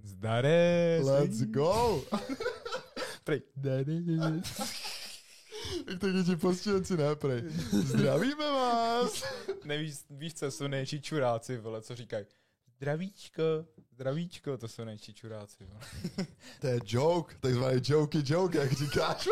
Zdarec. Let's go. Prej. Jak taky ti postiženci, ne, prej. Zdravíme vás. Víš, co jsou nejčí čuráci, vole, co říkají? Zdravíčko, to jsou nejčí čuráci, vole. To je joke, takzvaný joke, jak říkáš.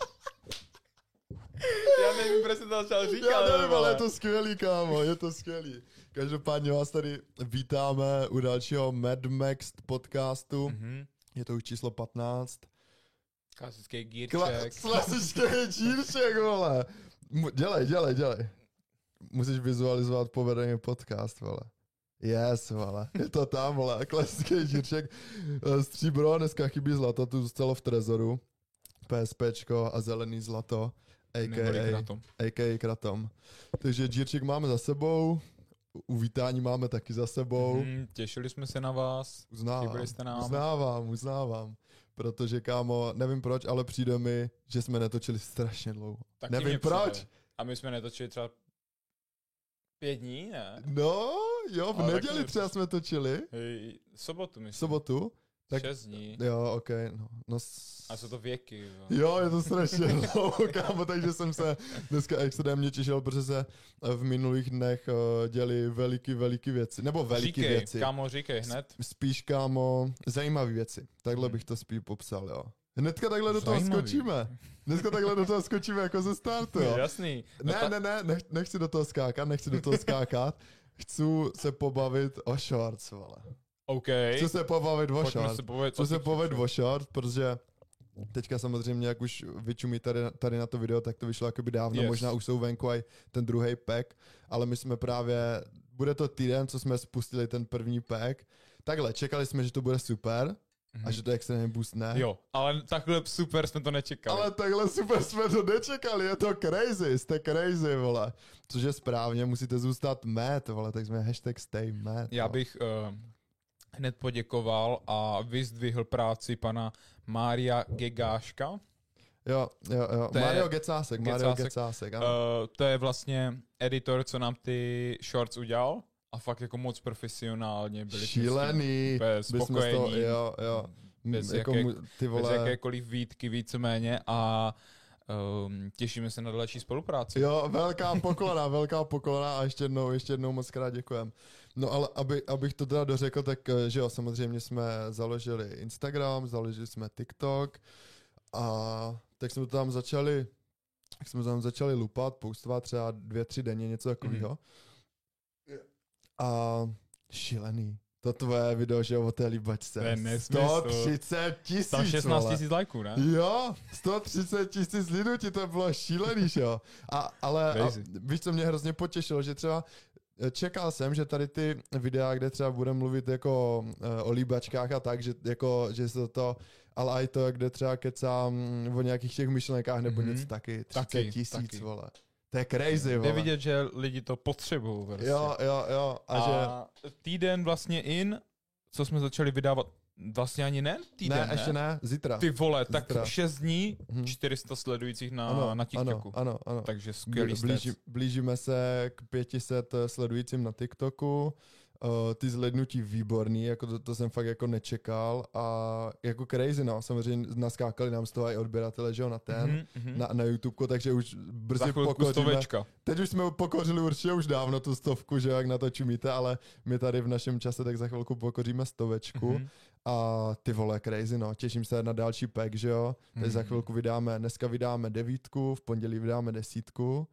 Já nevím, proč jsem to začal říkat. Já nevím, ale je to skvělý, kámo, je to skvělý. Každopádně vás tady vítáme u dalšího Mad Max podcastu. Mm-hmm. Je to už číslo 15. Klasický gírček. Klasický gírček, vole. Dělej. Musíš vizualizovat povedený podcast, vole. Yes, vole. Je to tam, vole. Klasický gírček. Stříbro, dneska chybí zlato, tu zůstalo v trezoru. PSPčko a zelený zlato. A.k.a. Kratom. Takže gírček máme za sebou. Uvítání máme taky za sebou. Těšili jsme se na vás. Uznávám. Protože, kámo, nevím proč, ale přijde mi, že jsme netočili strašně dlouho. Taky nevím proč. A my jsme netočili třeba 5 dní, ne? No, jo, v neděli třeba jsme točili. Sobotu, myslím. Sobotu? Tak 6 dní. Jo, ok. No, a jsou to věky. Jo, je to strašně dlouho, kámo, takže jsem se dneska extrémně těšil, protože se v minulých dnech děli veliký věci. Nebo veliký věci. Kámo, říkej hned. Spíš, kámo, zajímavé věci. Takhle bych to spíš popsal, jo. Hnedka takhle do toho skočíme. Dneska takhle do toho skočíme jako ze startu, jo. Jasný. Nechci do toho skákat. Chci se pobavit o shorts, vole. OK. Chci se pobavit o shorts, protože teďka samozřejmě, jak už vyčumí tady na to video, tak to vyšlo jakoby dávno, možná už jsou venku aj ten druhý pack, ale my jsme právě, bude to týden, co jsme spustili ten první pack. Takhle, čekali jsme, že to bude super a že to extrémně boostne. Jo, ale takhle super jsme to nečekali. Je to crazy, jste crazy, vole. Což je správně, musíte zůstat mad, vole, tak jsme #stay mad. Já bych hned poděkoval a vyzdvihl práci pana Mária Gegáška. Jo. Mário Gecásek, ano. To je vlastně editor, co nám ty shorts udělal a fakt jako moc profesionálně. Byli šílený. Spokojení. Jo. Bez jakékoliv výtky víceméně a těšíme se na další spolupráci. Jo, velká poklona a ještě jednou moc krát děkujem. No ale abych to teda dořekl, tak že jo, samozřejmě jsme založili Instagram, založili jsme TikTok a tak jsme to tam začali lupat, postovat třeba 2-3 denně, něco takového. A šílený. To tvoje video, že o té líbačce. To je nesmysl. 130 000. Tam 16 000 lajků, ne? Jo, 130 000 lidí, ti to bylo šílený, že jo. Ale víš, co mě hrozně potěšilo, že třeba čekal jsem, že tady ty videa, kde třeba budeme mluvit jako o líbačkách a tak, že se to, ale i to, kde třeba kecám o nějakých těch myšlenkách nebo něco taky, 30 000, vole. To je crazy, vole. Je vidět, že lidi to potřebují. Prostě. Jo. A týden vlastně co jsme začali vydávat, vlastně ani ne týden, ne? Ještě ne, zítra. Ty vole, tak 6 dní, 400 sledujících na TikToku. Ano. Takže skvělý blížíme se k 500 sledujícím na TikToku. Ty zhlédnutí výborný, jako to jsem fakt jako nečekal a jako crazy, no, samozřejmě naskákali nám z toho i odběratele, že jo, na na YouTube, takže už brzy pokoříme. Teď už jsme pokořili určitě už dávno tu 100, že jo, jak na to čumíte, ale my tady v našem čase tak za chvilku pokoříme 100. A ty vole, crazy, no, těším se na další pack, že jo, teď za chvilku dneska vydáme 9, v pondělí vydáme 10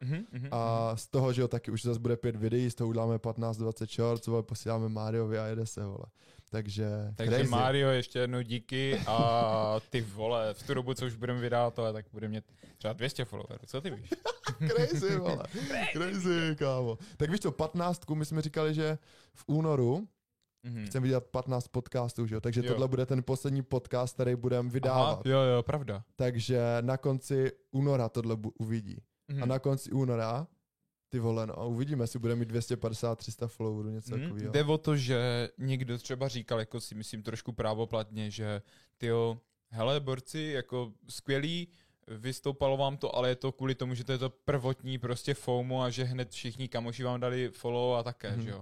a z toho, že jo, taky už zase bude 5 videí, z toho uděláme 15-20 shorts, vole, posíláme Máriovi a jede se, vole. Takže Mário, ještě jednou díky a ty vole, v tu dobu, co už budeme vydávat tohle, tak bude mít třeba 200 followerů, co ty víš? Crazy, vole, crazy, kámo. Tak víš co, 15, my jsme říkali, že v únoru chceme vydat 15 podcastů, že jo? Takže tohle bude ten poslední podcast, který budeme vydávat. Aha, jo, pravda. Takže na konci února tohle uvidí. A na konci února, ty vole, no, uvidíme, jestli budeme mít 250-300 followerů, něco takového. Jde o to, že někdo třeba říkal, jako si myslím trošku právoplatně, že tyjo, hele, borci, jako skvělý, vystoupalo vám to, ale je to kvůli tomu, že to je to prvotní prostě FOMO a že hned všichni kamoši vám dali follow a také, že jo.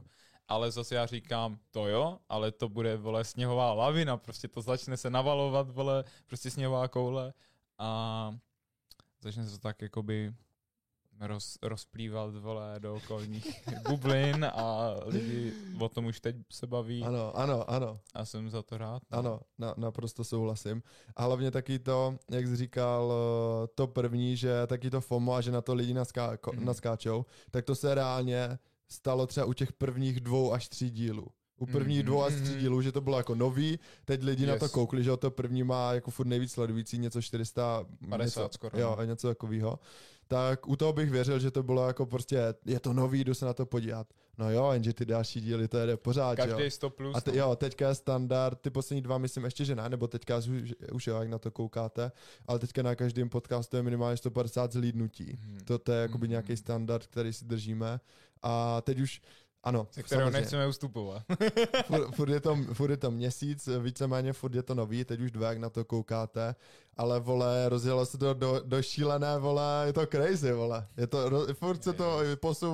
ale zase já říkám, to jo, ale to bude, vole, sněhová lavina, prostě to začne se navalovat, vole, prostě sněhová koule a začne se to tak jakoby rozplývat, vole, do okolních bublin a lidi o tom už teď se baví. Ano. A jsem za to rád. No. Ano, naprosto souhlasím. A hlavně taky to, jak jsi říkal, to první, že taky to FOMO a že na to lidi naskáčou, tak to se reálně stalo třeba u těch prvních 2 až 3 dílů. U prvních 2 až 3 dílů, že to bylo jako nový, teď lidi na to koukli, že to první má jako furt nejvíc sledující, něco 450 skoro. Jo, něco takového. Tak u toho bych věřil, že to bylo jako prostě, je to nový, jdu se na to podívat. No jo, jenže ty další díly, to jde pořád, každý jo. 100 plus. A jo, teďka je standard, ty poslední 2 myslím ještě, že ne, nebo teďka už jo, jak na to koukáte, ale teďka na každém podcastu je minimálně 150 zhlídnutí. To je jakoby nějaký standard, který si držíme. A teď už ano. Se kterého nechceme ustupovat. furt je to měsíc, víceméně furt je to nový, teď už 2, jak na to koukáte, ale vole, rozjelo se to do šílené, vole, je to crazy, vole. Je to, furt se to,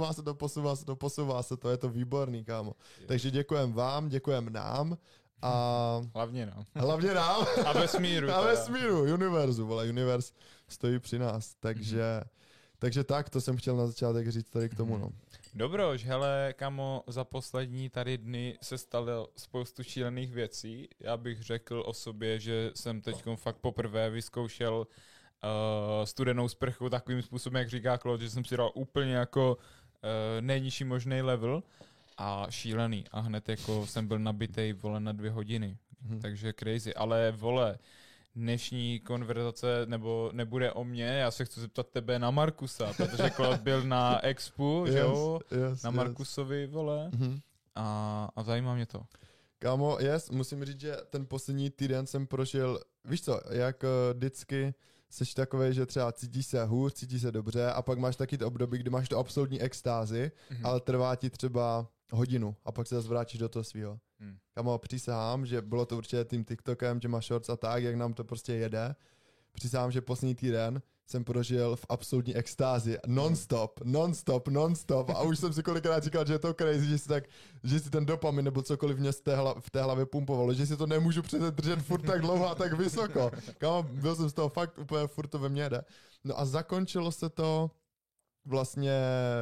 posouvá se to, je to výborný, kámo. Takže děkujem vám, děkujem nám. A hlavně nám. A vesmíru. A vesmíru, univerzu, vole, univerz stojí při nás, takže tak, to jsem chtěl na začátek říct tady k tomu, no. Dobrož, hele, kamo, za poslední tady dny se stalo spoustu šílených věcí. Já bych řekl o sobě, že jsem teď fakt poprvé vyzkoušel studenou sprchu takovým způsobem, jak říká Claude, že jsem si dal úplně jako nejnižší možný level a šílený. A hned jako jsem byl nabitej, vole, na 2 hodiny. Takže crazy. Ale, vole, dnešní konverzace nebo nebude o mně, já se chci zeptat tebe na Markusa, protože Claude byl na Expu, že jo, na Markusovi, vole, a zajímá mě to. Kámo, musím říct, že ten poslední týden jsem prošel, víš co, jak vždycky seš takovej, že třeba cítíš se hůř, cítíš se dobře a pak máš taky to období, kdy máš to absolutní extázi, ale trvá ti třeba hodinu a pak se zase vrátíš do toho svýho. Kamo, přísahám, že bylo to určitě tím TikTokem, těma shorts a tak, jak nám to prostě jede. Přísahám, že poslední týden jsem prožil v absolutní extázi. Non-stop. A už jsem si kolikrát říkal, že je to crazy, že si ten dopamin nebo cokoliv mě v té hlavě pumpovalo, že si to nemůžu přece držet furt tak dlouho a tak vysoko. Kamo, byl jsem z toho fakt úplně furt to ve mně jde. No a zakončilo se to vlastně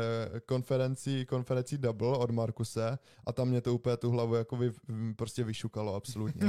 konferencí Double od Markuse a tam mě to úplně tu hlavu jako prostě vyšukalo absolutně.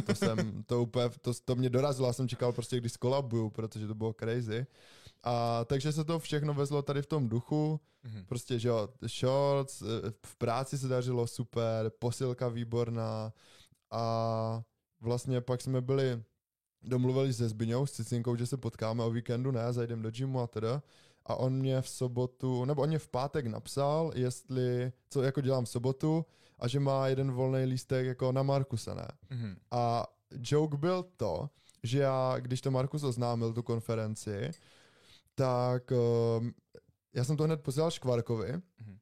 To mě dorazilo, já jsem čekal prostě, když skolabuju, protože to bylo crazy. A takže se to všechno vezlo tady v tom duchu, prostě, že jo, shorts, v práci se dařilo super, posilka výborná a vlastně pak jsme domluvili se Zbyňou, s Cicinkou, že se potkáme o víkendu, ne, zajdem do gymu a teda. A on mě v pátek napsal, co jako dělám v sobotu a že má jeden volný lístek jako na Markusa, ne. A joke byl to, že já, když to Markus oznámil tu konferenci, tak já jsem to hned posílal Škvarkovi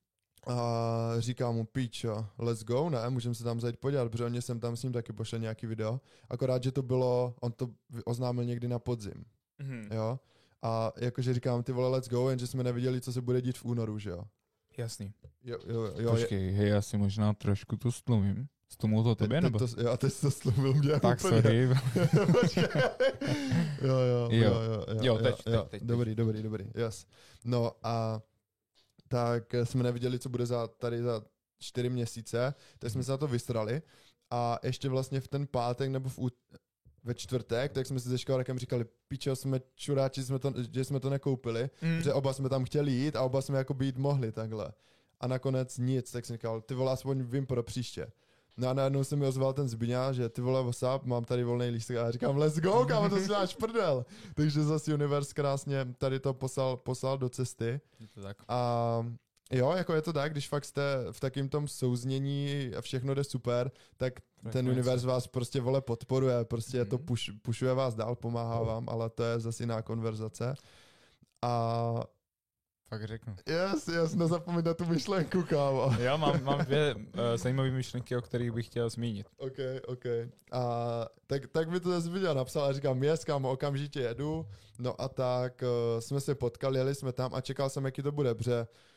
a říkám mu, píčo, let's go, ne, můžeme se tam zajít podívat, protože oni jsem tam s ním taky pošel nějaký video, akorát, že on to oznámil někdy na podzim, jo. A jakože říkám, ty vole, let's go, jenže jsme neviděli, co se bude dít v únoru, že jo? Jasný. Jo. Počkej, hej, já si možná trošku to stlumím. Stlumil to tebe, nebo? A teď to stlumil mě tak úplně. Sorry. Jo, teď. Dobrý, yes. No a tak jsme neviděli, co bude tady za 4 měsíce, tak jsme se na to vystrali a ještě vlastně v ten pátek nebo ve čtvrtek, tak jsme si se Škvarkem říkali, pičo, jsme čuráči, že jsme to nekoupili, protože oba jsme tam chtěli jít a oba jsme jako být mohli takhle. A nakonec nic, tak jsem říkal, ty vole, aspoň vím pro příště. No a najednou se mi ozval ten Zbyňa, že ty vole, WhatsApp, mám tady volný lístek a já říkám, let's go, kámo, to si dáš prdel. Takže zase Univerz krásně tady to poslal do cesty. A jo, jako je to tak, když fakt jste v takým tom souznění a všechno jde super, tak ten Univerz vás prostě, vole, podporuje, prostě to pušuje vás dál, pomáhá vám, ale to je zase jiná konverzace. A fakt řeknu. Yes, nezapomeň na tu myšlenku, kámo. Já mám 2 zajímavé myšlenky, o kterých bych chtěl zmínit. OK. A tak mi to zase viděl, napsal a říkám, kámo, okamžitě jedu. No a tak jsme se potkali, jeli jsme tam a čekal jsem, jaký to bude, protože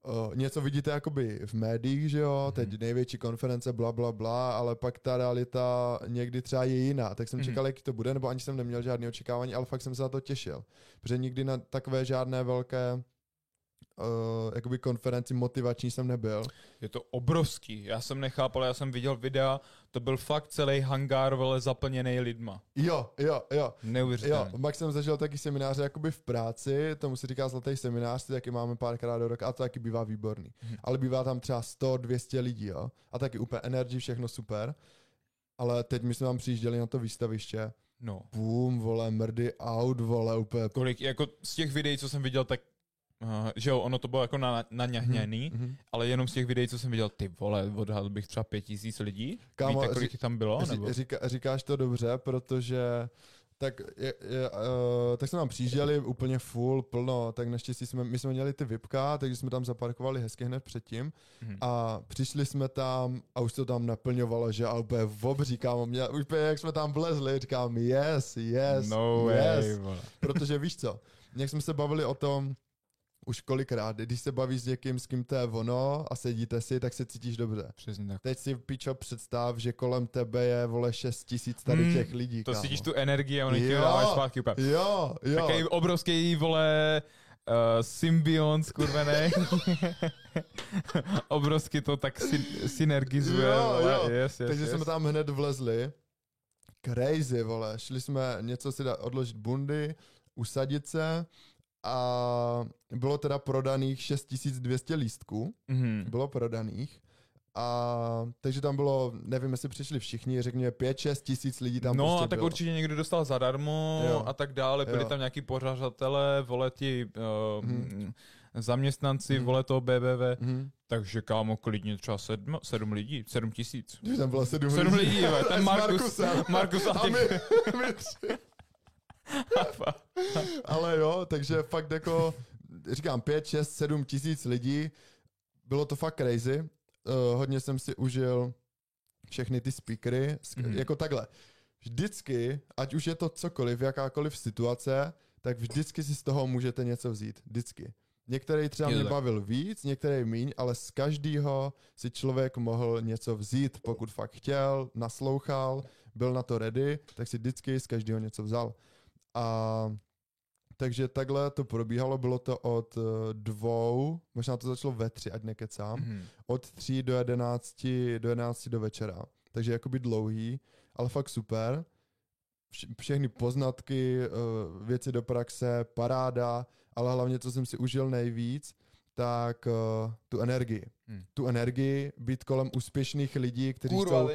něco vidíte jakoby v médiích, že jo, teď největší konference, bla, bla, bla, ale pak ta realita někdy třeba je jiná, tak jsem čekal, jak to bude, nebo ani jsem neměl žádné očekávání, ale fakt jsem se na to těšil, protože nikdy na takové žádné velké jakoby konferenci motivační jsem nebyl. Je to obrovský, já jsem nechápal, já jsem viděl videa, to byl fakt celý hangár, vole, zaplněný lidma. Jo. Neuvěřitelný. Jo, Max jsem zažil taky semináře jakoby v práci, tomu se říká zlatý seminář, taky máme párkrát do roka a to taky bývá výborný. Ale bývá tam třeba 100-200 lidí, jo, a taky úplně energy, všechno super, ale teď my jsme tam přijížděli na to výstaviště, boom, vole, mrdy out, vole, úplně. Kolik, jako z těch videí, co jsem viděl, tak že jo, ono to bylo jako naňahněný, ale jenom z těch videí, co jsem viděl, ty vole, odhadl bych třeba 5000 lidí. Kámo, víte, kolik tam bylo? Nebo? Říkáš to dobře, protože tak jsme tam přijížděli úplně full, plno, tak naštěstí my jsme měli ty VIPka, takže jsme tam zaparkovali hezky hned předtím a přišli jsme tam a už to tam naplňovalo, že a úplně obří, kámo, úplně jak jsme tam vlezli, říkám yes, no way, protože víš co, jak jsme se bavili o tom, už kolikrát, když se bavíš s někým, s kým to je ono a sedíte si, tak se cítíš dobře. Přesně tak. Teď si, pičo, představ, že kolem tebe je, vole, 6000 tady těch lidí, to kámo. cítíš tu energii a oni ti dávají zpátky úplně. Jo. Taký obrovský, vole, symbiont skurvený. Obrovsky to tak synergizuje. Jo. Yes, takže jsme tam hned vlezli. Crazy, vole. Šli jsme něco si odložit bundy, usadit se, a bylo teda prodaných 6200 lístků, bylo prodaných, a takže tam bylo, nevím, jestli přišli všichni, řekněme 5-6 tisíc lidí tam no prostě a tak bylo. určitě někdo dostal zadarmo a tak dále, byli tam nějaký pořadatelé, vole ti zaměstnanci, vole toho BBV, takže kámo, klidně třeba 7 lidí, 7 tisíc. Tam bylo 7 lidí, ten Markus a my 3. Ale jo, takže fakt jako, říkám, 5, 6, 7 tisíc lidí, bylo to fakt crazy, hodně jsem si užil všechny ty speakery, jako takhle, vždycky, ať už je to cokoliv, jakákoliv situace, tak vždycky si z toho můžete něco vzít, vždycky. Některý třeba mě bavil víc, některý míň, ale z každého si člověk mohl něco vzít, pokud fakt chtěl, naslouchal, byl na to ready, tak si vždycky z každého něco vzal. A takže takhle to probíhalo, bylo to od 2, možná to začalo ve 3, ať nekecám, od 3 do 11 do večera. Takže jakoby dlouhý, ale fakt super. Všechny poznatky, věci do praxe, paráda, ale hlavně, co jsem si užil nejvíc, tak tu energii. Tu energii, být kolem úspěšných lidí, kteří chcou...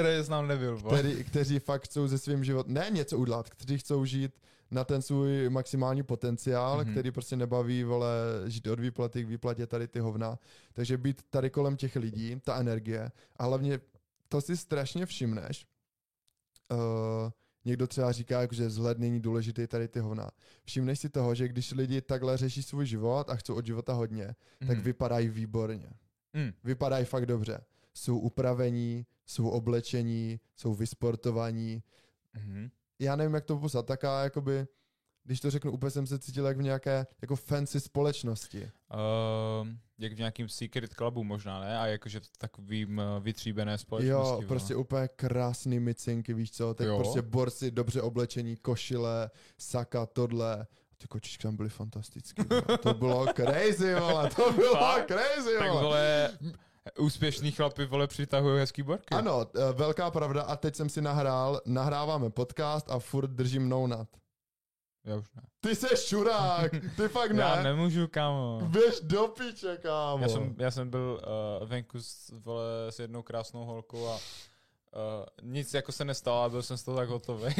kteří fakt chcou ze svým životem, ne něco udělat, kteří chcou žít na ten svůj maximální potenciál, který prostě nebaví, vole, žít od výplaty k výplatě, tady ty hovna. Takže být tady kolem těch lidí, ta energie. A hlavně to si strašně všimneš. Někdo třeba říká, že vzhled není důležitý, tady ty hovna. Všimneš si toho, že když lidi takhle řeší svůj život a chcou od života hodně, tak vypadají výborně. Vypadají fakt dobře. Jsou upravení, jsou oblečení, jsou vysportovaní. Já nevím, jak to popsat, taká jakoby, když to řeknu, úplně jsem se cítil jak v nějaké jako fancy společnosti. Jak v nějakým secret clubu možná, ne? A jakože takovým vytříbené společnosti. Jo, prostě úplně krásný micinky, víš co? Teď prostě borci, dobře oblečení, košile, saka, tohle. Ty kočičky tam byly fantastický. To bylo crazy, vole. To bylo crazy, vole. Tak vole, úspěšný chlapi, vole, přitahují hezký borky. Ano, velká pravda. A teď jsem si nahráváme podcast a furt držím nounat. Já už ne. Ty seš šurák, ty fakt ne. Já nemůžu, kámo. Běž do piče, kámo. Já jsem byl venku s jednou krásnou holkou a nic jako se nestalo a byl jsem z toho tak hotový.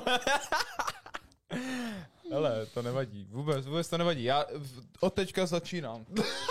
Hele, to nevadí. Vůbec to nevadí. Já od teďka začínám.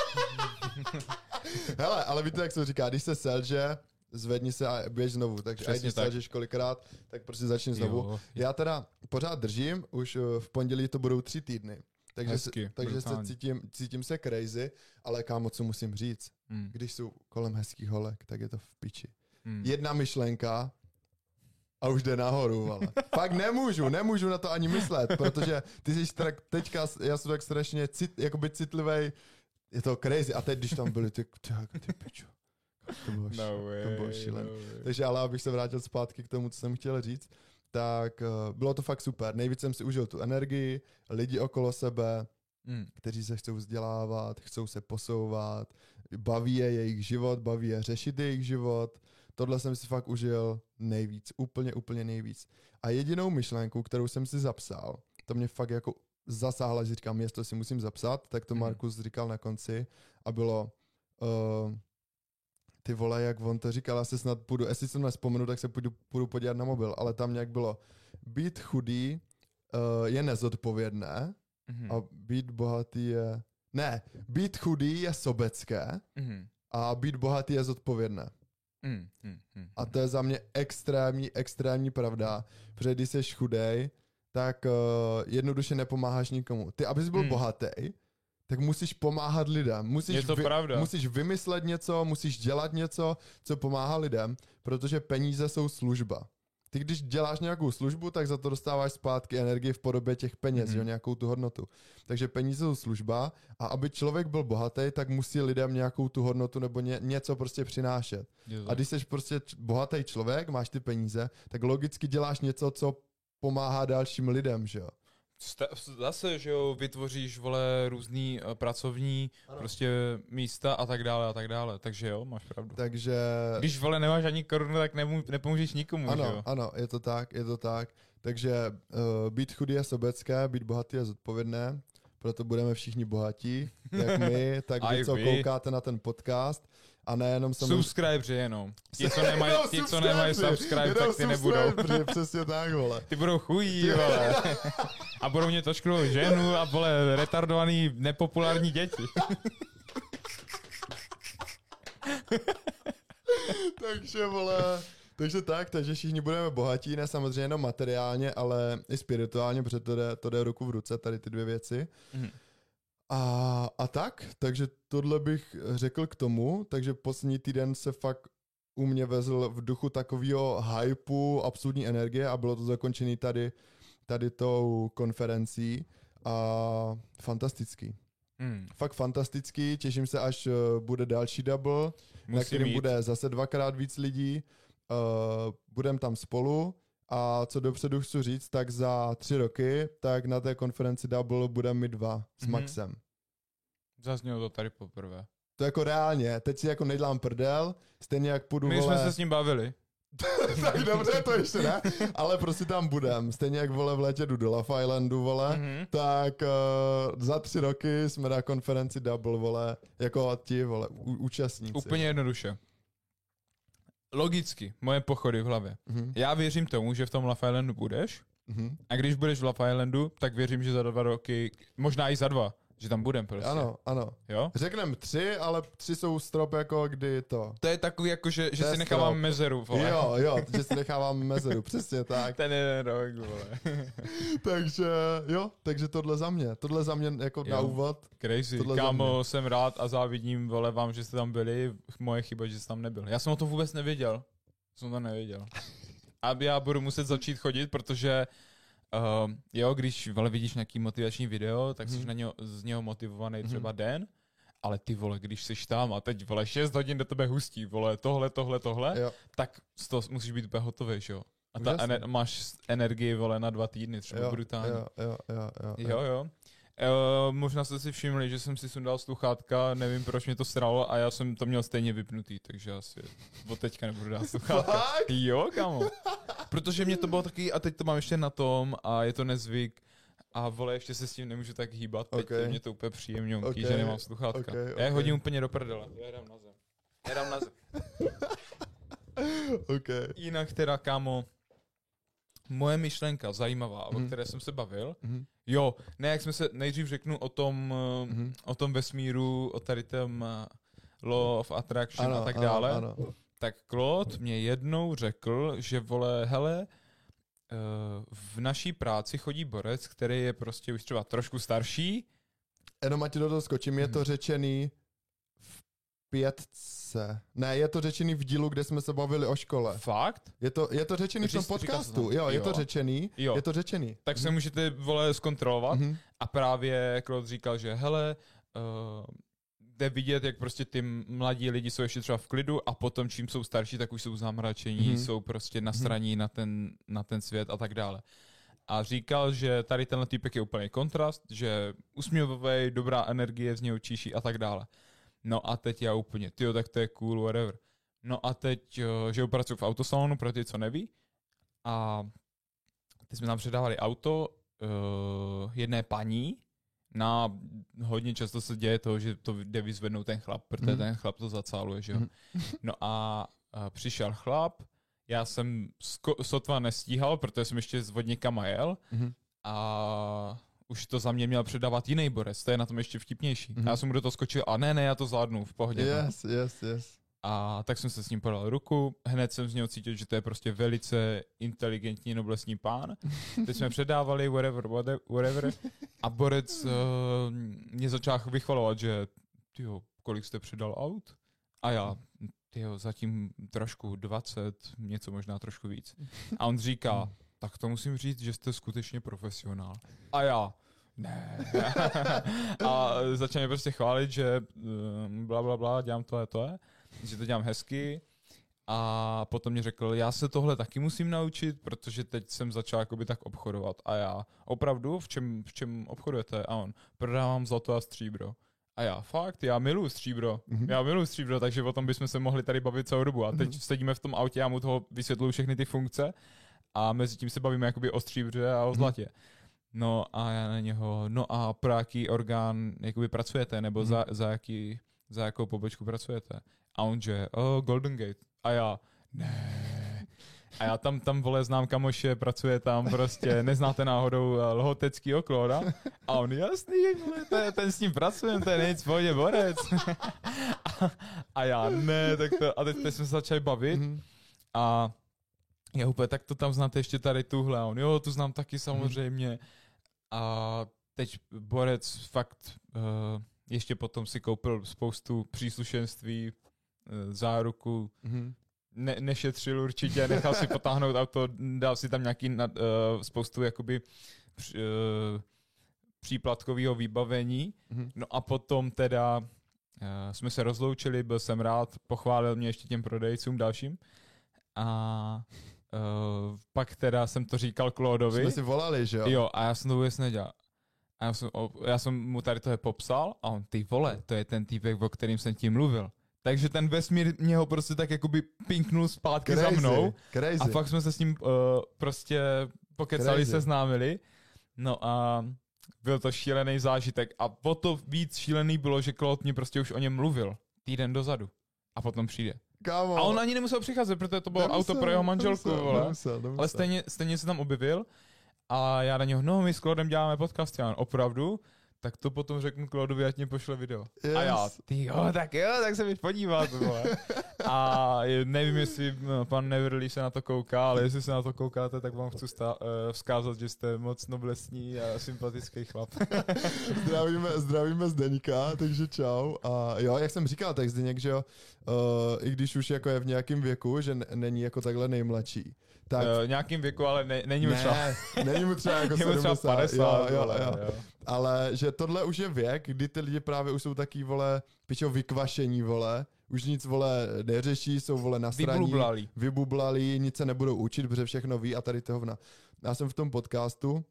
Hele, ale víte, jak se říká, když se selže, zvedni se a běž znovu. Takže přesně, když selžeš kolikrát, tak prostě začni znovu. Jo. Já teda pořád držím, už v pondělí to budou 3 týdny. Takže se cítím se crazy, ale kámo, co musím říct, když jsou kolem hezkých holek, tak je to v piči. Jedna myšlenka a už jde nahoru, vole. Fakt nemůžu na to ani myslet, protože ty jsi teďka, já jsem tak strašně jakoby citlivej Je to crazy. A teď, když tam byli ty pičo. To bylo šílené. Takže ale abych se vrátil zpátky k tomu, co jsem chtěl říct, tak bylo to fakt super. Nejvíc jsem si užil tu energii, lidi okolo sebe, kteří se chcou vzdělávat, chcou se posouvat, baví je jejich život, baví je řešit jejich život. Tohle jsem si fakt užil nejvíc, úplně nejvíc. A jedinou myšlenku, kterou jsem si zapsal, to mě fakt jako zasáhla, že říkám, to si musím zapsat, tak to Markus říkal na konci a bylo ty vole, jak on to říkal, já se snad půjdu, jestli jsem nespomenu, tak se půjdu podívat na mobil, ale tam nějak bylo, být chudý je nezodpovědné a být bohatý je, ne, být chudý je sobecké a být bohatý je zodpovědné. A to je za mě extrémní pravda, protože když jsi chudej, tak jednoduše nepomáháš nikomu. Ty, abys byl bohatý, tak musíš pomáhat lidem. Musíš vymyslet něco, musíš dělat něco, co pomáhá lidem, protože peníze jsou služba. Ty, když děláš nějakou službu, tak za to dostáváš zpátky energii v podobě těch peněz, jo, nějakou tu hodnotu. Takže peníze jsou služba a aby člověk byl bohatý, tak musí lidem nějakou tu hodnotu nebo něco prostě přinášet. A když jsi prostě bohatý člověk, máš ty peníze, tak logicky děláš něco, co pomáhá dalším lidem, že jo. Zase, že jo, vytvoříš, vole, různý pracovní prostě místa a tak dále, takže jo, máš pravdu. Takže... Když, vole, nemáš ani korunu, tak nepomůžeš nikomu, ano, že jo? Ano, je to tak. Takže být chudý je sobecké, být bohatý je zodpovědné, proto budeme všichni bohatí, jak my, tak vy, co koukáte na ten podcast. A nejenom subscribe, že jenom. Ti, co nemají subscribe, tak ty nebudou. Přesně tak, vole. Ty budou chují, vole. A budou mě točknout ženu a, vole, retardovaný, nepopulární děti. Takže, vole, takže všichni budeme bohatí, ne samozřejmě jenom materiálně, ale i spirituálně, protože to jde ruku v ruce, tady ty dvě věci. A tak, takže tohle bych řekl k tomu, takže poslední týden se fakt u mě vezl v duchu takového hypeu, absolutní energie a bylo to zakončené tady tou konferencí a fantastický. Fakt fantastický, těším se, až bude další double, na kterým bude zase 2x víc lidí, budeme tam spolu. A co dopředu chci říct, tak za 3 roky, tak na té konferenci double budeme my 2 s Maxem. Zaznělo to tady poprvé. To jako reálně, teď si jako nedělám prdel, stejně jak půjdu, my jsme se s ním bavili. Tak dobře, to ještě ne, ale prostě tam budem. Stejně jak, vole, v létě jdu do Love Islandu, vole, tak za 3 roky jsme na konferenci double, vole, jako ti, vole, účastníci. Úplně jednoduše. Logicky, moje pochody v hlavě. Já věřím tomu, že v tom Love Islandu budeš a když budeš v Love Islandu, tak věřím, že za 2 roky, možná i za 2, že tam budem prostě. Ano. Jo? Řekneme 3, ale 3 jsou strop jako kdy to. To je takový jako, že si nechávám mezeru, vole. Jo, že si nechávám mezeru, přesně tak. Ten jeden rok, vole. takže tohle za mě jako na úvod. Crazy, kámo, jsem rád a závidím, vole, vám, že jste tam byli, moje chyba, že jste tam nebyl. Já jsem o tom vůbec nevěděl. A já budu muset začít chodit, protože jo, když, vole, vidíš nějaký motivační video, tak jsi z něho motivovaný třeba den, ale ty, vole, když jsi tam a teď, vole, 6 hodin do tebe hustí, vole, tohle, jo. Tak z toho musíš být úplně hotový, jo. A máš energii, vole, na 2 týdny, třeba brutálně. Jo. Možná jste si všimli, že jsem si sundal sluchátka, nevím, proč mě to sralo a já jsem to měl stejně vypnutý, takže asi od teďka nebudu dát sluchátka. Jo, kámo. Protože mě to bylo taky, a teď to mám ještě na tom a je to nezvyk a, vole, ještě se s tím nemůžu tak hýbat, teď mě to úplně příjemňonký, že nemám sluchátka. Já je hodím úplně do prdele, já dám na zem. Jinak teda, kámo, moje myšlenka zajímavá, o které jsem se bavil, jo, ne, jak jsme se nejdřív řeknu o tom vesmíru, o tady tom law of attraction a tak dále, ano. Tak Claude mě jednou řekl, že, vole, hele, v naší práci chodí borec, který je prostě už třeba trošku starší. Jenom ať do toho skočím, je to řečený v 5. Ne, je to řečený v dílu, kde jsme se bavili o škole. Fakt? Je to řečený v tom podcastu. Jo, je to řečený. Jo. Je to řečený. Tak se můžete, vole, zkontrolovat. A právě Claude říkal, že hele, jde vidět, jak prostě ty mladí lidi jsou ještě třeba v klidu a potom čím jsou starší, tak už jsou zamračení, jsou prostě nasraní na ten svět a tak dále. A říkal, že tady tenhle týpek je úplný kontrast, že usměvavý, dobrá energie, z něho číší a tak dále. No a teď já úplně, tyjo, tak to je cool, whatever. No a teď, že pracuji v autosalonu, pro ty, co neví. A teď jsme tam předávali auto jedné paní. Hodně často se děje to, že to jde vyzvednout ten chlap, protože ten chlap to zacáluje, že jo. No a přišel chlap, já jsem sotva nestíhal, protože jsem ještě od někama jel a už to za mě měl předávat jiný borec, to je na tom ještě vtipnější. A já jsem mu do toho skočil a ne, já to zvládnu, v pohodě. Yes. A tak jsem se s ním podal ruku, hned jsem z něho cítil, že to je prostě velice inteligentní noblesní pán. Teď jsme předávali whatever a borec mě začal vychvalovat, že tyjo, kolik jste předal aut? A já, tyjo, zatím trošku 20, něco možná trošku víc. A on říká, tak to musím říct, že jste skutečně profesionál. A já, ne. A začal mě prostě chválit, že blablabla, dělám to, že to dělám hezky. A potom mě řekl, já se tohle taky musím naučit, protože teď jsem začal jakoby tak obchodovat. A já, opravdu, v čem obchodujete? A on, prodávám zlato a stříbro. A já, fakt, já miluji stříbro, takže o tom bychom se mohli tady bavit celou dobu. A teď sedíme v tom autě, já mu toho vysvětluju všechny ty funkce a mezi tím se bavíme jakoby o stříbře a o zlatě. No a já na něho, no a pro jaký orgán jakoby pracujete, nebo za jakou pobočku pracujete? A on že, Golden Gate. A já, ne. A já tam vole, znám kamoše, pracuje tam prostě, neznáte náhodou Lhotecký Klóda? A on, jasný, ten s ním pracujeme, to je nejc, pohodě, borec. A já, ne, tak to, a teď jsme se začali bavit a já úplně, tak to tam znáte ještě tady tuhle. A on, jo, tu znám taky samozřejmě. A teď borec fakt ještě potom si koupil spoustu příslušenství, záruku, nešetřil určitě, nechal si potáhnout auto, dal si tam nějaký spoustu jakoby příplatkového vybavení. No a potom teda jsme se rozloučili, byl jsem rád, pochválil mě ještě těm prodejcům dalším a pak teda jsem to říkal Klódovi. Jsme si volali, že jo? Jo, a já jsem to vůbec nedělal. A já jsem mu tady tohle popsal a on, ty vole, to je ten týpek, o kterým jsem tím mluvil. Takže ten vesmír mě ho prostě tak jakoby pinknul zpátky za mnou. Crazy. A fakt jsme se s ním prostě pokecali, seznámili. No a byl to šílený zážitek. A o to víc šílený bylo, že Claude mě prostě už o něm mluvil týden dozadu. A potom přijde. Kámo. A on ani nemusel přicházet, protože to bylo auto pro jeho manželku. Nemusel. Ale stejně se tam objevil. A já na něho, no my s Claudem děláme podcast, já opravdu. Tak to potom řeknu Claudovi, ať mě pošle video. Yes. A já, tak se mi podívat. A nevím, jestli pan Neverly se na to kouká, ale jestli se na to koukáte, tak vám chci vzkázat, že jste moc noblesní a sympatický chlap. zdravíme Zdeňka, takže čau. A jo, jak jsem říkal, tak Zdeněk, že jo, i když už jako je v nějakém věku, že není jako takhle nejmladší. Tak. Nějakým věku, ale není mu třeba. Není mu třeba jako 70. 50. Jo. Ale že tohle už je věk, kdy ty lidi právě už jsou taky, vole, pičo vykvašení, vole. Už nic, vole, neřeší, jsou, vole, nasraní. Vybublalí, nic se nebudou učit, protože všechno ví a tady to hovna. Já jsem v tom podcastu,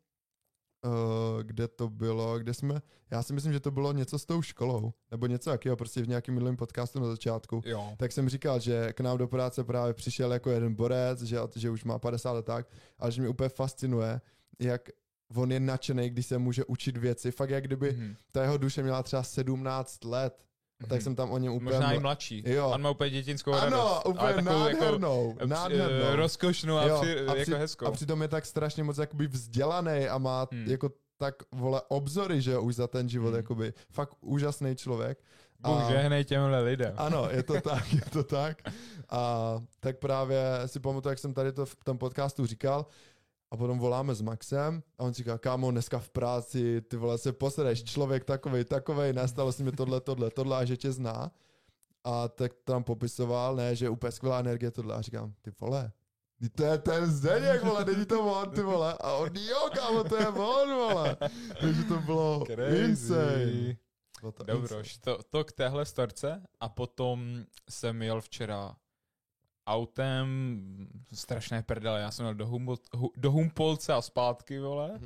kde to bylo, já si myslím, že to bylo něco s tou školou, nebo něco jakého, prostě v nějakém minulém podcastu na začátku. Jo. Tak jsem říkal, že k nám do práce právě přišel jako jeden borec, že už má 50 let tak, ale že mě úplně fascinuje, jak on je nadšený, když se může učit věci, fakt jak kdyby ta jeho duše měla třeba 17 let. Tak jsem tam o něm úplně... Možná i mladší. Jo. On má úplně dětinskou radost. Ano, úplně nádhernou. Rozkošnou a jako hezkou. A přitom je tak strašně moc jakoby vzdělaný a má jako tak, vole, obzory, že jo, už za ten život, jakoby. Fakt úžasný člověk. Bůh žehnej těmhle lidem. Ano, je to tak. A tak právě si pamatuju, jak jsem tady to v tom podcastu říkal, a potom voláme s Maxem a on říká, kámo, dneska v práci, ty vole, se posedeš, člověk takovej, nastalo si mi tohle a že tě zná. A tak tam popisoval, ne, že je úplně skvělá energie tohle. A říkám, ty vole, to je ten Zdeněk, vole, není to on, ty vole. A on, jo, kámo, to je on, vole. Takže to bylo insane. Dobroš, to k téhle storce a potom jsem jel včera autem, strašné prdele, já jsem jel do Humpolce a zpátky, vole.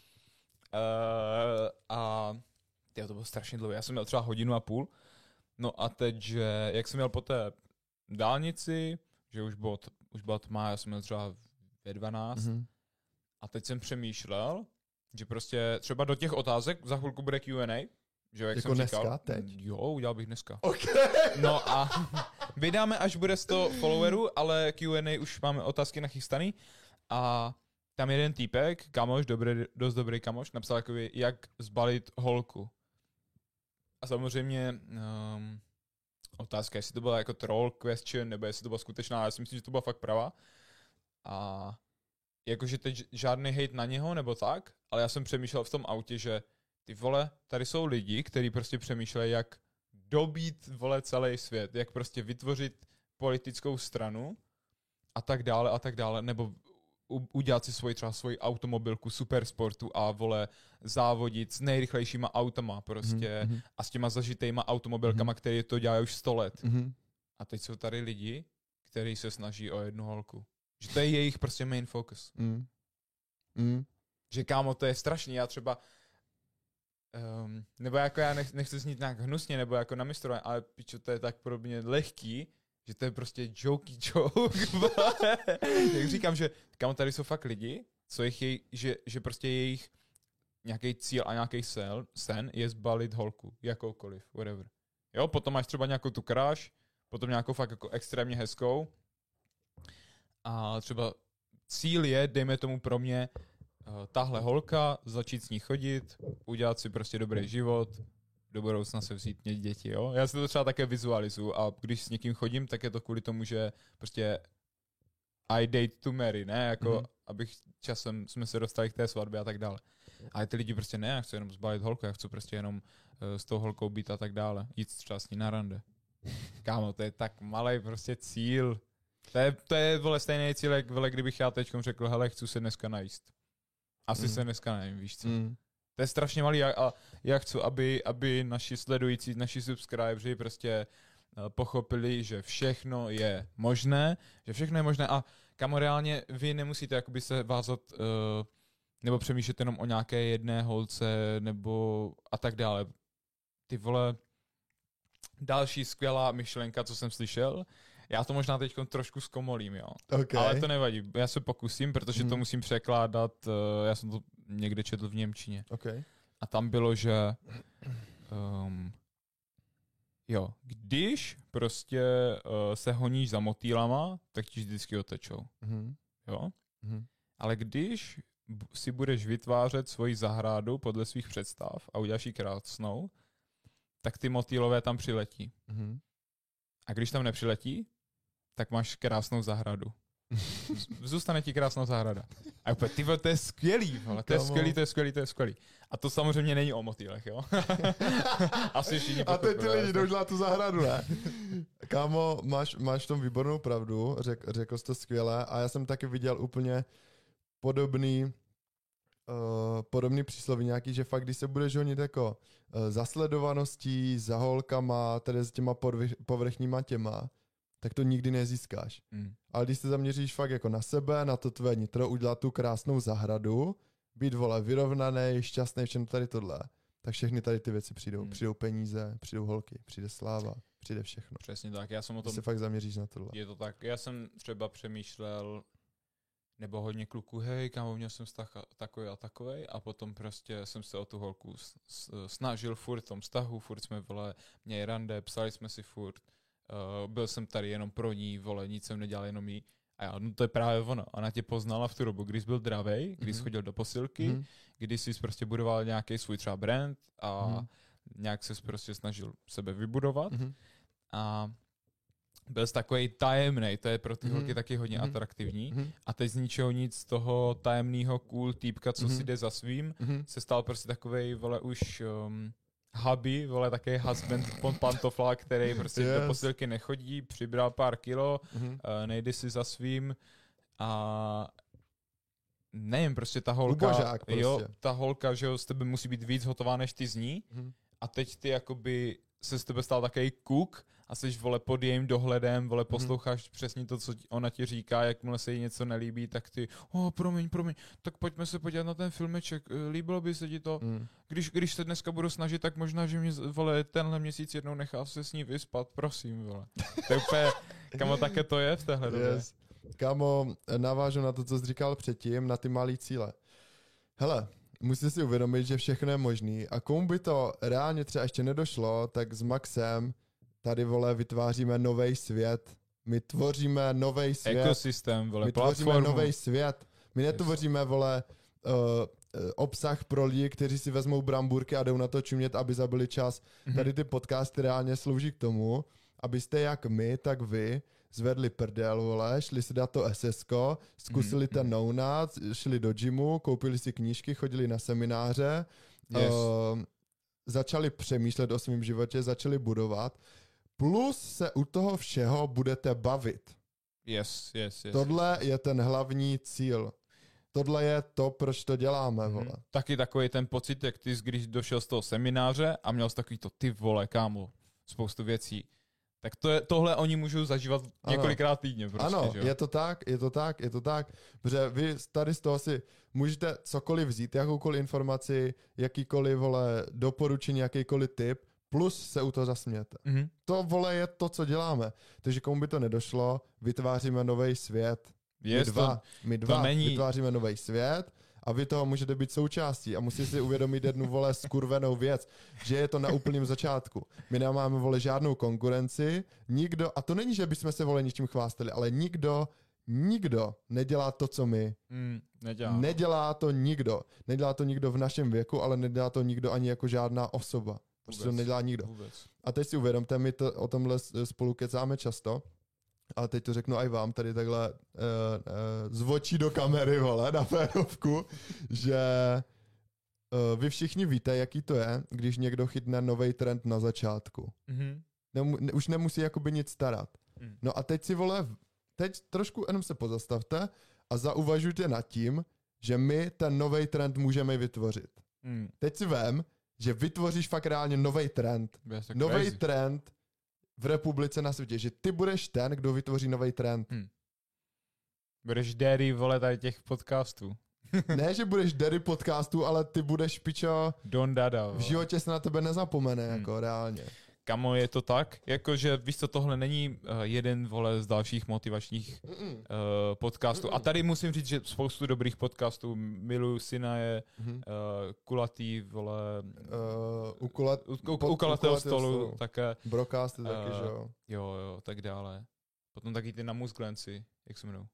A to bylo strašně dlouho, já jsem měl třeba 1.5 hodiny. No a teď, že jak jsem jel po té dálnici, že už byla tma, já jsem měl třeba ve 12. A teď jsem přemýšlel, že prostě třeba do těch otázek za chvilku bude Q&A, že jak jako jsem říkal. Dneska, teď? Jo, udělal bych dneska. Okay. No a vydáme, až bude 100 followerů, ale Q&A už máme otázky nachystaný. A tam jeden týpek, kamoš, dost dobrý kamoš, napsal jakoby, jak zbalit holku. A samozřejmě otázka, jestli to byla jako troll question, nebo jestli to byla skutečná, já si myslím, že to byla fakt pravá. A jakože teď žádný hejt na něho, nebo tak, ale já jsem přemýšlel v tom autě, že ty vole, tady jsou lidi, kteří prostě přemýšlejí, jak dobít, vole, celý svět, jak prostě vytvořit politickou stranu a tak dále, nebo udělat si svoji automobilku supersportu a, vole, závodit s nejrychlejšíma autama prostě a s těma zažitejma automobilkama, které to dělají už 100 let. A teď jsou tady lidi, kteří se snaží o jednu holku. Že to je jejich prostě main focus. Že kámo, to je strašný, já třeba nebo jako já nechci znít nějak hnusně, nebo jako na mistrování, ale pičo, to je tak pro mě lehký, že to je prostě joke. Jak říkám, že kámo, tady jsou fakt lidi, co že prostě jejich nějaký cíl a nějaký sen je zbalit holku, jakoukoliv, whatever. Jo, potom máš třeba nějakou tu crush, potom nějakou fakt jako extrémně hezkou a třeba cíl je, dejme tomu pro mě, tahle holka, začít s ní chodit, udělat si prostě dobrý život, do budoucna se vzít mě děti, jo. Já si to třeba také vizualizuju a když s někým chodím, tak je to kvůli tomu, že prostě I date to marry, ne, jako abych časem jsme se dostali k té svatbě a tak dále. Ale ty lidi prostě ne, já chci jenom zbavit holku, já chci prostě jenom s tou holkou být a tak dále, jít třeba s ní na rande. Kámo, to je tak malej prostě cíl. To je vole stejný cíl, jak vole, kdybych já teďkom řekl, hele, chci se dneska najíst. Asi se dneska nevím, víš co. To je strašně malý a já chci, aby naši sledující, naši subscriberi prostě pochopili, že všechno je možné, a kamo reálně vy nemusíte jakoby se vázat nebo přemýšlet jenom o nějaké jedné holce nebo a tak dále. Ty vole, další skvělá myšlenka, co jsem slyšel, já to možná teď trošku zkomolím, jo. Okay. Ale to nevadí, já se pokusím, protože to musím překládat, já jsem to někde četl v němčině. Okay. A tam bylo, že když prostě se honíš za motýlama, tak ti vždycky otečou. Jo? Ale když si budeš vytvářet svoji zahradu podle svých představ a uděláš ji krásnou, tak ty motýlové tam přiletí. A když tam nepřiletí, tak máš krásnou zahradu. Zůstane ti krásná zahrada. A úplně, ty vole, to je skvělý, vole, to je skvělý. A to samozřejmě není o motýlech, jo? Asi všichni pochopili. A teď ty lidi jdou na tu zahradu, ne? Kámo, máš v tom výbornou pravdu, řekl jsi to skvěle a já jsem taky viděl úplně podobný přísloví nějaký, že fakt, když se budeš honit jako za sledovaností, za holkama, tedy s těma povrchníma těma, tak to nikdy nezískáš. Ale když se zaměříš fakt jako na sebe, na to tvé nitro, udělat tu krásnou zahradu, být, vole, vyrovnaný, šťastný, všechno tady tohle, tak všechny tady ty věci přijdou. Přijdou peníze, přijdou holky, přijde sláva, přijde všechno. Přesně tak, já jsem o tom... Když se fakt zaměříš na tohle. Je to tak, já jsem třeba přemýšlel, nebo hodně kluků, hej, kámo, měl jsem vztah takovej a potom prostě jsem se o tu holku snažil furt v tom vztahu, furt jsme, vole, měli rande, psali jsme si furt, byl jsem tady jenom pro ní, vole, nic jsem nedělal, jenom jí. A já, no to je právě ono. Ona tě poznala v tu dobu, když jsi byl dravej, když jsi chodil do posilky, když jsi prostě budoval nějaký svůj třeba brand a nějak se prostě snažil sebe vybudovat. A byl jsi takovej tajemnej, to je pro ty holky taky hodně atraktivní. A teď z ničeho nic toho tajemného cool týpka, co si jde za svým, se stal prostě takovej, vole, už... hubby, vole, takový husband pantofla, který prostě do posilky nechodí, přibral pár kilo, nejde si za svým a nevím, prostě ta holka, Ubožák prostě. Jo, ta holka, že jo, z tebe musí být víc hotová než ty z ní a teď ty jakoby se z tebe stal takový kuk a jsi, vole, pod jejím dohledem, vole, posloucháš přesně to, co ona ti říká, jakmile se jí něco nelíbí, tak ty, promiň, tak pojďme se podívat na ten filmeček, líbilo by se ti to, když se dneska budu snažit, tak možná, že mě, vole, tenhle měsíc jednou nechá se s ní vyspat, prosím, vole. To je úplně, kamo, také to je v téhle době. Yes. Kamo, navážu na to, co jsi říkal předtím, na ty malý cíle. Hele, musíte si uvědomit, že všechno je možný a komu by to reálně třeba ještě nedošlo, tak s Maxem tady, vole, vytváříme nový svět. My tvoříme nový svět. Ekosystém, vole, my platformu. tvoříme nový svět. My netvoříme, vole, obsah pro lidi, kteří si vezmou bramburky a jdou na to čumět, aby zabili čas. Tady ty podcasty reálně slouží k tomu, abyste jak my, tak vy zvedli prdel, vole, šli si dát to SSko, zkusili ten no-nut, šli do gymu, koupili si knížky, chodili na semináře, začali přemýšlet o svém životě, začali budovat, plus se u toho všeho budete bavit. Yes. Tohle je ten hlavní cíl. Tohle je to, proč to děláme, vole. Taky takový ten pocit, jak ty, když došel z toho semináře a měl jsi takový to, ty vole, kámo, spoustu věcí. Tak tohle oni můžou zažívat několikrát týdně. Prostě, ano, že? je to tak. Protože vy tady z toho si můžete cokoliv vzít, jakoukoliv informaci, jakýkoliv, vole, doporučení, jakýkoliv tip, plus se u toho zasmějete. To, vole, je to, co děláme. Takže komu by to nedošlo, vytváříme nový svět. My dva vytváříme nový svět a vy toho můžete být součástí a musíte si uvědomit jednu, vole, skurvenou věc, že je to na úplném začátku. My nemáme, vole, žádnou konkurenci, nikdo, a to není, že bychom se, vole, ničím chvástali, ale nikdo nedělá to, co my. Nedělá to nikdo. Nedělá to nikdo v našem věku, ale nedělá to nikdo ani jako žádná osoba. Prostě to nedělá nikdo. A teď si uvědomte, my to, o tomhle spolu kecáme často, ale teď to řeknu i vám, tady takhle z očí do kamery, vole, na férovku, že vy všichni víte, jaký to je, když někdo chytne nový trend na začátku. Už nemusí jakoby nic starat. No a teď si, vole, teď trošku jenom se pozastavte a zauvažujte nad tím, že my ten nový trend můžeme vytvořit. Teď si vem, že vytvoříš fakt reálně nový trend. Nový trend v republice, na světě, že ty budeš ten, kdo vytvoří nový trend. Budeš daddy, vole, tady těch podcastů. Ne, že budeš daddy podcastů, ale ty budeš, pičo, Don Dada. V životě se na tebe nezapomene, jako reálně. Kamo, je to tak? Jakože, víš co, tohle není jeden, vole, z dalších motivačních podcastů. A tady musím říct, že spoustu dobrých podcastů miluju Sinaje, Kulatý, vole, u kulatého stolu také. Brocasty taky, že jo. Jo, tak dále. Potom taky ty na Musglenci, jak se jmenují?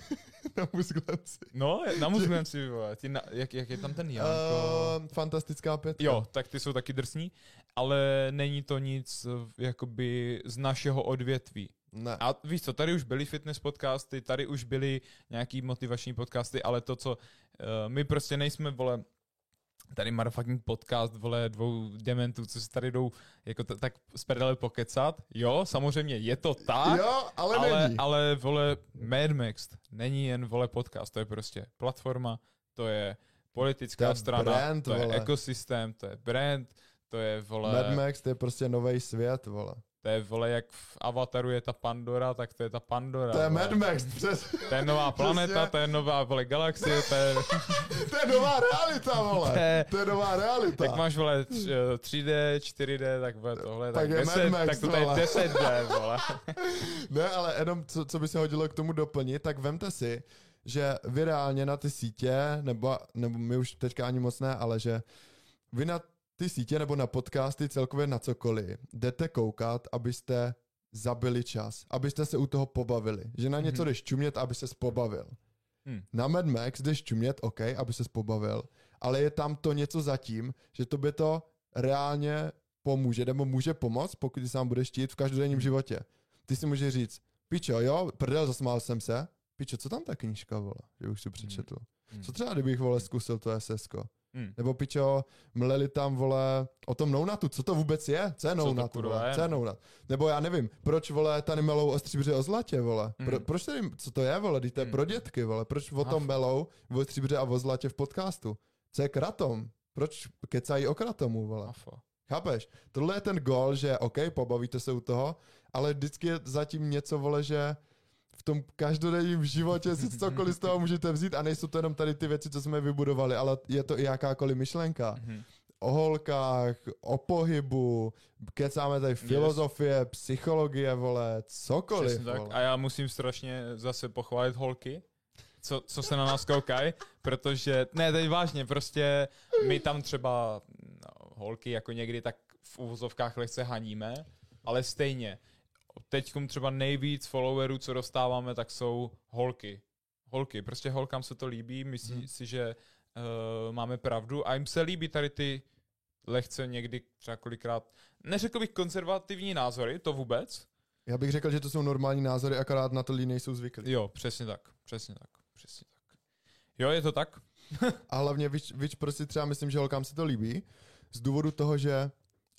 Na Musglenci. No, na Musglenci, vole. Jak je tam ten Janko? Fantastická pětka. Jo, tak ty jsou taky drsní, ale není to nic jakoby z našeho odvětví. Ne. A víš co, tady už byly fitness podcasty, tady už byly nějaký motivační podcasty, ale to, co my prostě nejsme, vole, tady motherfucking podcast, vole, dvou dementů, co se tady jdou jako tak z prdele pokecat. Jo, samozřejmě je to tak, jo, ale není. Ale, vole, Mad Max není jen, vole, podcast, to je prostě platforma, to je politická strana, brand, to je vole. Ekosystém, to je brand, to je, vole... Mad Max, to je prostě nový svět, vole. To je, vole, jak v Avataru je ta Pandora, tak to je ta Pandora. To je vole. Mad Max, přes... To je nová planeta, to je nová, vole, galaxie, to je... To je nová realita, vole. To je nová realita. Tak máš, vole, 3D, 4D, tak vole, tohle, tak je 10, Mad Max, tak to je 10D, vole. Ne, ale jenom, co by se hodilo k tomu doplnit, tak vemte si, že vy reálně na ty sítě, nebo my už teďka ani moc ne, ale že vy na ty sítě nebo na podcasty celkově na cokoliv jdete koukat, abyste zabili čas, abyste se u toho pobavili. Že na něco jdeš čumět, aby ses pobavil. Na Mad Max jdeš čumět, OK, aby ses pobavil, ale je tam to něco zatím, že to by to reálně pomůže, nebo může pomoct, pokud ty sám budeš chtít v každodenním životě. Ty si můžeš říct, pičo, jo, prdel, zasmál jsem se, pičo, co tam ta knížka, vole, že už si přečetl. Co třeba, kdybych, vole, zkusil to SSko? Nebo pičo, mleli tam, vole, o tom no-nutu, co to vůbec je? Co je no-nut, vole? Co je no-nut? Nebo já nevím, proč, vole, tady melou o stříbře o zlatě, vole? Proč tady, co to je, vole? To je pro dětky, vole. Proč o tom melou o stříbře a o zlatě v podcastu? Co je kratom? Proč kecají o kratomu, vole? Chápeš? Tohle je ten gól, že OK, pobavíte se u toho, ale vždycky je zatím něco, vole, že v tom každodenním životě si cokoliv z toho můžete vzít a nejsou to jenom tady ty věci, co jsme vybudovali, ale je to i jakákoliv myšlenka. O holkách, o pohybu, kecáme tady filozofie, psychologie, vole, cokoliv. Tak. A já musím strašně zase pochválit holky, co se na nás koukají, protože, ne, teď vážně, prostě my tam třeba holky jako někdy tak v uvozovkách lehce haníme, ale stejně. Teďkom třeba nejvíc followerů, co dostáváme, tak jsou holky. Holky, prostě holkám se to líbí, myslí si, že máme pravdu a jim se líbí tady ty lehce někdy třeba kolikrát, neřekl bych konzervativní názory, to vůbec. Já bych řekl, že to jsou normální názory, akorát na to lidi nejsou zvyklí. Jo, přesně tak. Jo, je to tak? A hlavně, víš, prostě třeba myslím, že holkám se to líbí, z důvodu toho, že,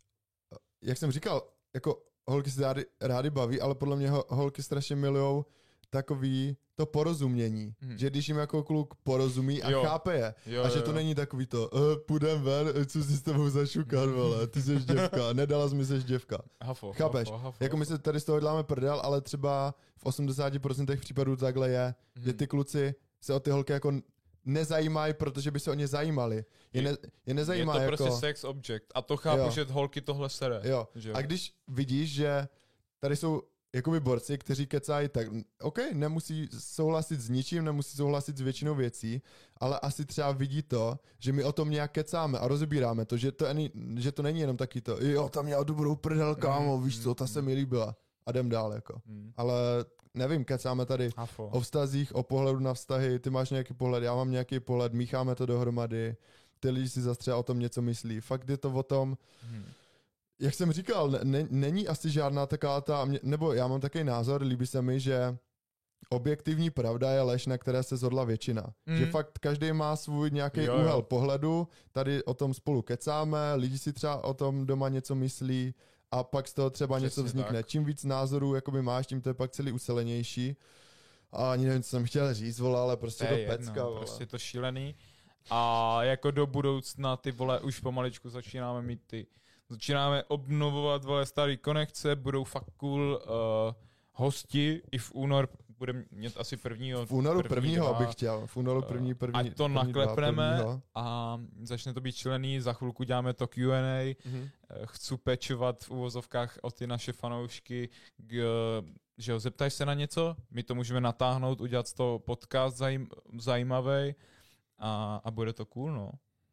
jak jsem říkal, jako holky se rády baví, ale podle mě holky strašně milujou takový to porozumění. Že když jim jako kluk porozumí a chápe je. A že to není takový to, půjdem ven, co si s tebou zašukat, vole, ty jsi děvka, nedala jsi mi seš děvka. Chápeš? Jako my se tady z toho děláme prdel, ale třeba v 80% případů takhle je, že ty kluci se o ty holky jako nezajímají, protože by se o ně zajímali. Je nezajímá je to jako... prostě sex object. A to chápu, že holky tohle sere. Jo. A když vidíš, že tady jsou jakoby borci, kteří kecají, tak OK, nemusí souhlasit s ničím, nemusí souhlasit s většinou věcí, ale asi třeba vidí to, že my o tom nějak kecáme a rozebíráme to, že to není jenom taky to, jo, tam měla dobrou prdel, kámo, víš co, ta se mi líbila. A jdem dál, jako. Ale nevím, kecáme tady o vztazích, o pohledu na vztahy, ty máš nějaký pohled, já mám nějaký pohled, mícháme to dohromady, ty lidi si zase třeba o tom něco myslí. Fakt je to o tom, jak jsem říkal, není asi žádná taková ta, nebo já mám takový názor, líbí se mi, že objektivní pravda je lež, na které se zhodla většina. Že fakt každý má svůj nějaký úhel pohledu, tady o tom spolu kecáme, lidi si třeba o tom doma něco myslí a pak z toho třeba něco vznikne. Tak. Čím víc názorů jakoby máš, tím to je pak celý uselenější. A ani nevím, co jsem chtěl říct, vole, ale prostě to pecka, vole. Prostě to šílený. A jako do budoucna, ty vole, už pomaličku začínáme obnovovat, vole, starý konekce, budou fakt cool hosti, i v únor budeme mít asi prvního. V únoru prvního bych chtěl, v únoru první. Ať to naklepneme a začne to být šílený, za chvilku děláme to Q&A, chci pečovat v uvozovkách o ty naše fanoušky, že jo, zeptaj se na něco, my to můžeme natáhnout, udělat z toho podcast zajímavý a bude to cool, no.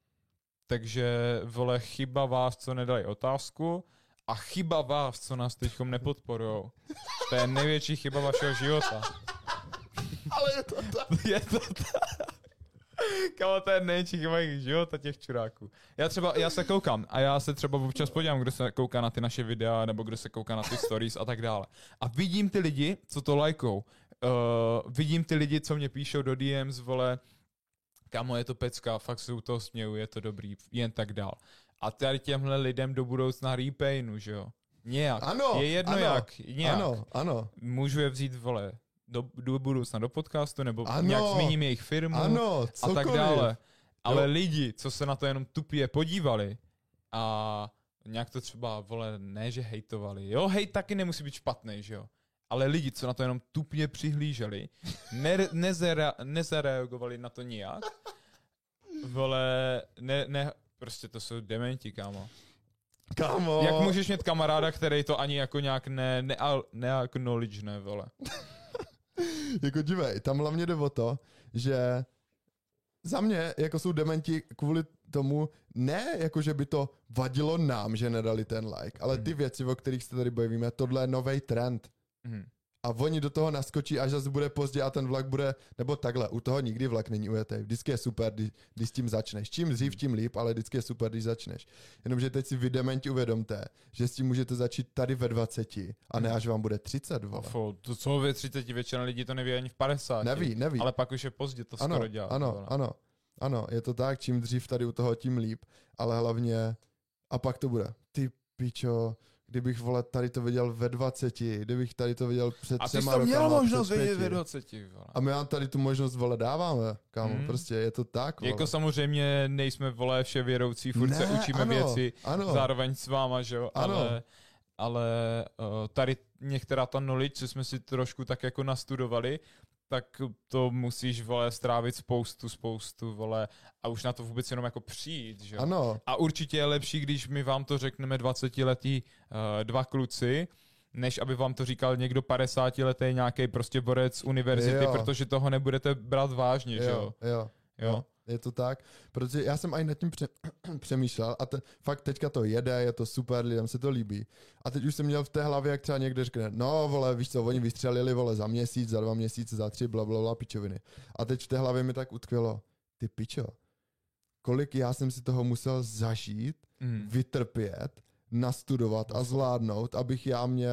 Takže, vole, chyba vás, co nedají otázku a chyba vás, co nás teďkom nepodporujou. To je největší chyba vašeho života. Ale je to tak. Je to tak. Kámo, to je největší chyba jejich života, těch čuráků. Já se koukám a já se třeba občas podívám, kdo se kouká na ty naše videa nebo kdo se kouká na ty stories a tak dále. A vidím ty lidi, co to lajkou. Vidím ty lidi, co mě píšou do DMs, vole, kámo, je to pecka, fakt se u toho směju, je to dobrý, jen tak dál. A tady těmhle lidem do budoucna repaynu, že jo? Nějak. Ano, je jedno jak. Nějak. Ano. Můžu je vzít, vole, do budoucna do podcastu, nebo nějak zmíním jejich firmu a tak dále. Ale lidi, co se na to jenom tupě podívali a nějak to třeba, vole, ne, že hejtovali. Jo, hejt taky nemusí být špatný, že jo? Ale lidi, co na to jenom tupně přihlíželi, nezareagovali na to nijak, vole, prostě to jsou dementi, kámo. Kámo. Jak můžeš mít kamaráda, který to ani jako nějak ne-acknowledge, vole. Jako dívej, tam hlavně jde o to, že za mě jako jsou dementi kvůli tomu, ne jako že by to vadilo nám, že nedali ten like, ale ty věci, o kterých se tady bavíme, tohle je novej trend. A oni do toho naskočí, až zase bude pozdě a ten vlak bude, nebo takhle, u toho nikdy vlak není ujetej. Vždycky je super, když s tím začneš. Čím dřív, tím líp, ale vždycky je super, když začneš. Jenomže teď si vy dementi uvědomte, že s tím můžete začít tady ve 20 a ne až vám bude 30, vole. To co ve 30, většina lidí to neví ani v 50. Neví. Ale pak už je pozdě to skoro dělat. Ano, je to tak, čím dřív tady u toho, tím líp, ale hlavně, a pak to bude, ty pičo, kdybych, vole, tady to viděl ve 20, kdybych tady to viděl před 3 rokama. A ty jsi to měl možnost vidět ve 20, vole. A my vám tady tu možnost, vole, dáváme, kámo, prostě je to tak, vole. Jako samozřejmě nejsme, vole, vševěroucí, furt se učíme věci, zároveň s váma, že jo, ale tady některá ta knowledge, co jsme si trošku tak jako nastudovali, tak to musíš, vole, strávit spoustu, vole, a už na to vůbec jenom jako přijít, že jo. Ano. A určitě je lepší, když my vám to řekneme 20letý dva kluci, než aby vám to říkal někdo 50letý nějaký prostě borec univerzity, protože toho nebudete brát vážně, že jo. Jo. Je to tak, protože já jsem i nad tím přemýšlel a fakt teďka to jede, je to super, lidem se to líbí. A teď už jsem měl v té hlavě, jak třeba někde řekne, no vole, víš co, oni vystřelili, vole, za měsíc, za 2 měsíce, za 3, blablabla, pičoviny. A teď v té hlavě mi tak utkvělo, ty pičo, kolik já jsem si toho musel zažít, vytrpět, nastudovat a zvládnout, abych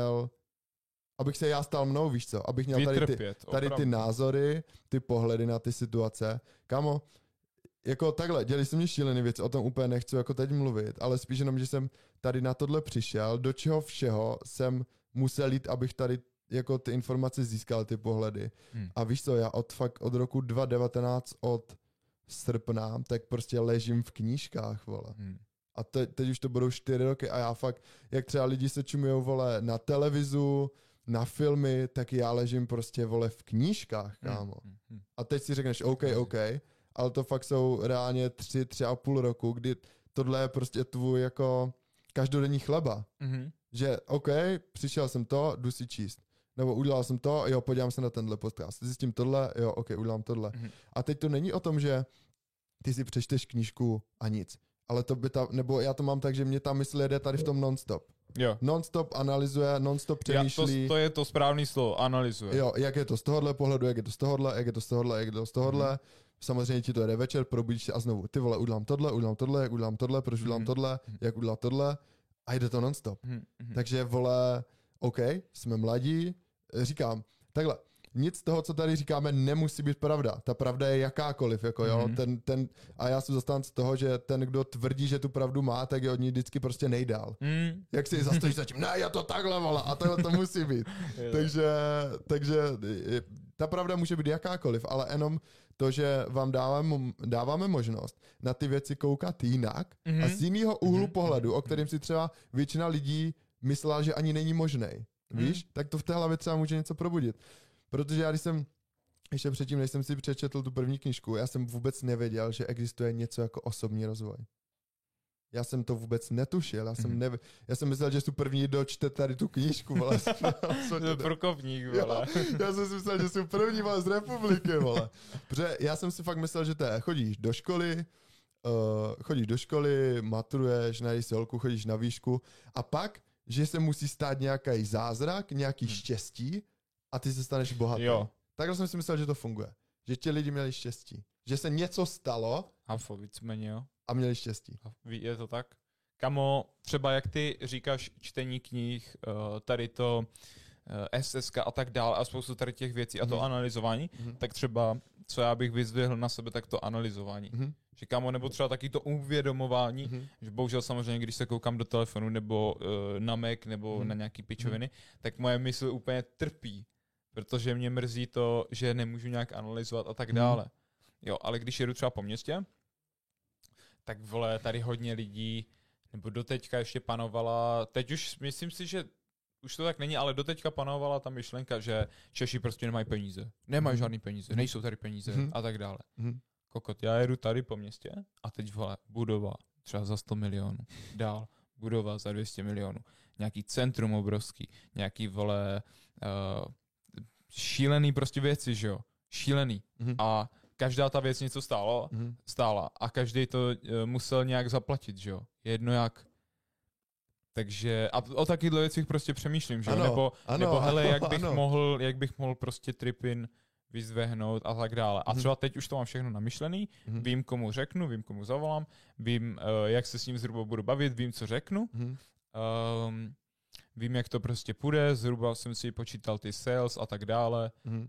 se já stal mnou, víš co, abych měl tady ty názory, ty pohledy na ty situace. Kámo, jako takhle, děli se mě šílený věci, o tom úplně nechci jako teď mluvit, ale spíš jenom, že jsem tady na tohle přišel, do čeho všeho jsem musel jít, abych tady jako ty informace získal, ty pohledy. A víš co, já od roku 2019, od srpna, tak prostě ležím v knížkách, vole. A teď už to budou 4 roky a já fakt, jak třeba lidi se čumujou, vole, na televizu, na filmy, tak já ležím prostě, vole, v knížkách, kámo. A teď si řekneš, OK, ale to fakt jsou reálně 3,5 roku, kdy tohle je prostě tvůj jako každodenní chleba. Že OK, přišel jsem to, jdu si číst. Nebo udělal jsem to, jo, podívám se na tenhle podcast. Zjistím tohle, jo, OK, udělám tohle. A teď to není o tom, že ty si přečteš knížku a nic. Ale to by nebo já to mám tak, že mě ta mysl jede tady v tom non-stop. Jo. Non-stop analyzuje, non-stop přemýšlí. To je to správný slovo, analyzuje. Jo, jak je to z tohohle pohledu, jak je to z tohohle, jak je to z tohohle, jak je to z tohohle. Samozřejmě ti to jede večer, probudíš se a znovu, ty vole, udělám tohle, jak udělám tohle, proč udělám tohle, jak udělám tohle a jde to non-stop. Takže, vole, OK, jsme mladí, říkám, takhle, nic z toho, co tady říkáme, nemusí být pravda. Ta pravda je jakákoliv, jako jo, a já jsem zastánce toho, že ten, kdo tvrdí, že tu pravdu má, tak je od ní vždycky prostě nejdál. Jak si zastojíš za tím, ne, je to takhle, vole, a tohle to musí být. takže ta pravda může být jakákoliv, ale jenom to, že vám dáváme možnost na ty věci koukat jinak a z jiného úhlu pohledu, o kterém si třeba většina lidí myslela, že ani není možnej. Víš? Tak to v té hlavě třeba může něco probudit. Protože já, když jsem, ještě předtím, než jsem si přečetl tu první knížku, já jsem vůbec nevěděl, že existuje něco jako osobní rozvoj. Já jsem to vůbec netušil, já jsem myslel, že jsou první dočte tady tu knížku, vole. Průkopník, vole. Já jsem si myslel, že jsou první, vole, z republiky, vole. Protože já jsem si fakt myslel, že chodíš do školy, maturuješ, najdeš si holku, chodíš na výšku a pak, že se musí stát nějaký zázrak, nějaký štěstí, a ty se staneš bohatý. Jo. Takhle jsem si myslel, že to funguje. Že ti lidi měli štěstí. Že se něco stalo a měli štěstí. Je to tak? Kamo, třeba jak ty říkáš čtení knih, tady to SSK a tak dále a spoustu tady těch věcí a to analyzování, tak třeba, co já bych vyzdvihl na sebe, tak to analyzování. Že kamo, nebo třeba taky to uvědomování, že bohužel samozřejmě, když se koukám do telefonu nebo na Mac nebo na nějaký pičoviny, tak moje mysl úplně trpí, protože mě mrzí to, že nemůžu nějak analyzovat a tak dále. Jo, ale když jedu třeba po městě, tak vole, tady hodně lidí, nebo doteďka ještě panovala, teď už myslím si, že už to tak není, ale doteďka panovala ta myšlenka, že Češi prostě nemají peníze. Nemají žádný peníze, nejsou tady peníze a tak dále. Kokot, já jedu tady po městě a teď, vole, budova třeba za 100 milionů. Dál, budova za 200 milionů. Nějaký centrum obrovský, nějaký, vole, šílený prostě věci, že jo? Šílený. A každá ta věc něco stála a každý to musel nějak zaplatit, že jo? Jedno jak. Takže a o takovýchhle věcích prostě přemýšlím, že jo? Nebo hele, jak bych mohl prostě Tripin vyzvehnout a tak dále. A třeba teď už to mám všechno namyšlený, vím, komu řeknu, vím, komu zavolám, vím, jak se s ním zhruba budu bavit, vím, co řeknu, vím, jak to prostě půjde, zhruba jsem si počítal ty sales a tak dále.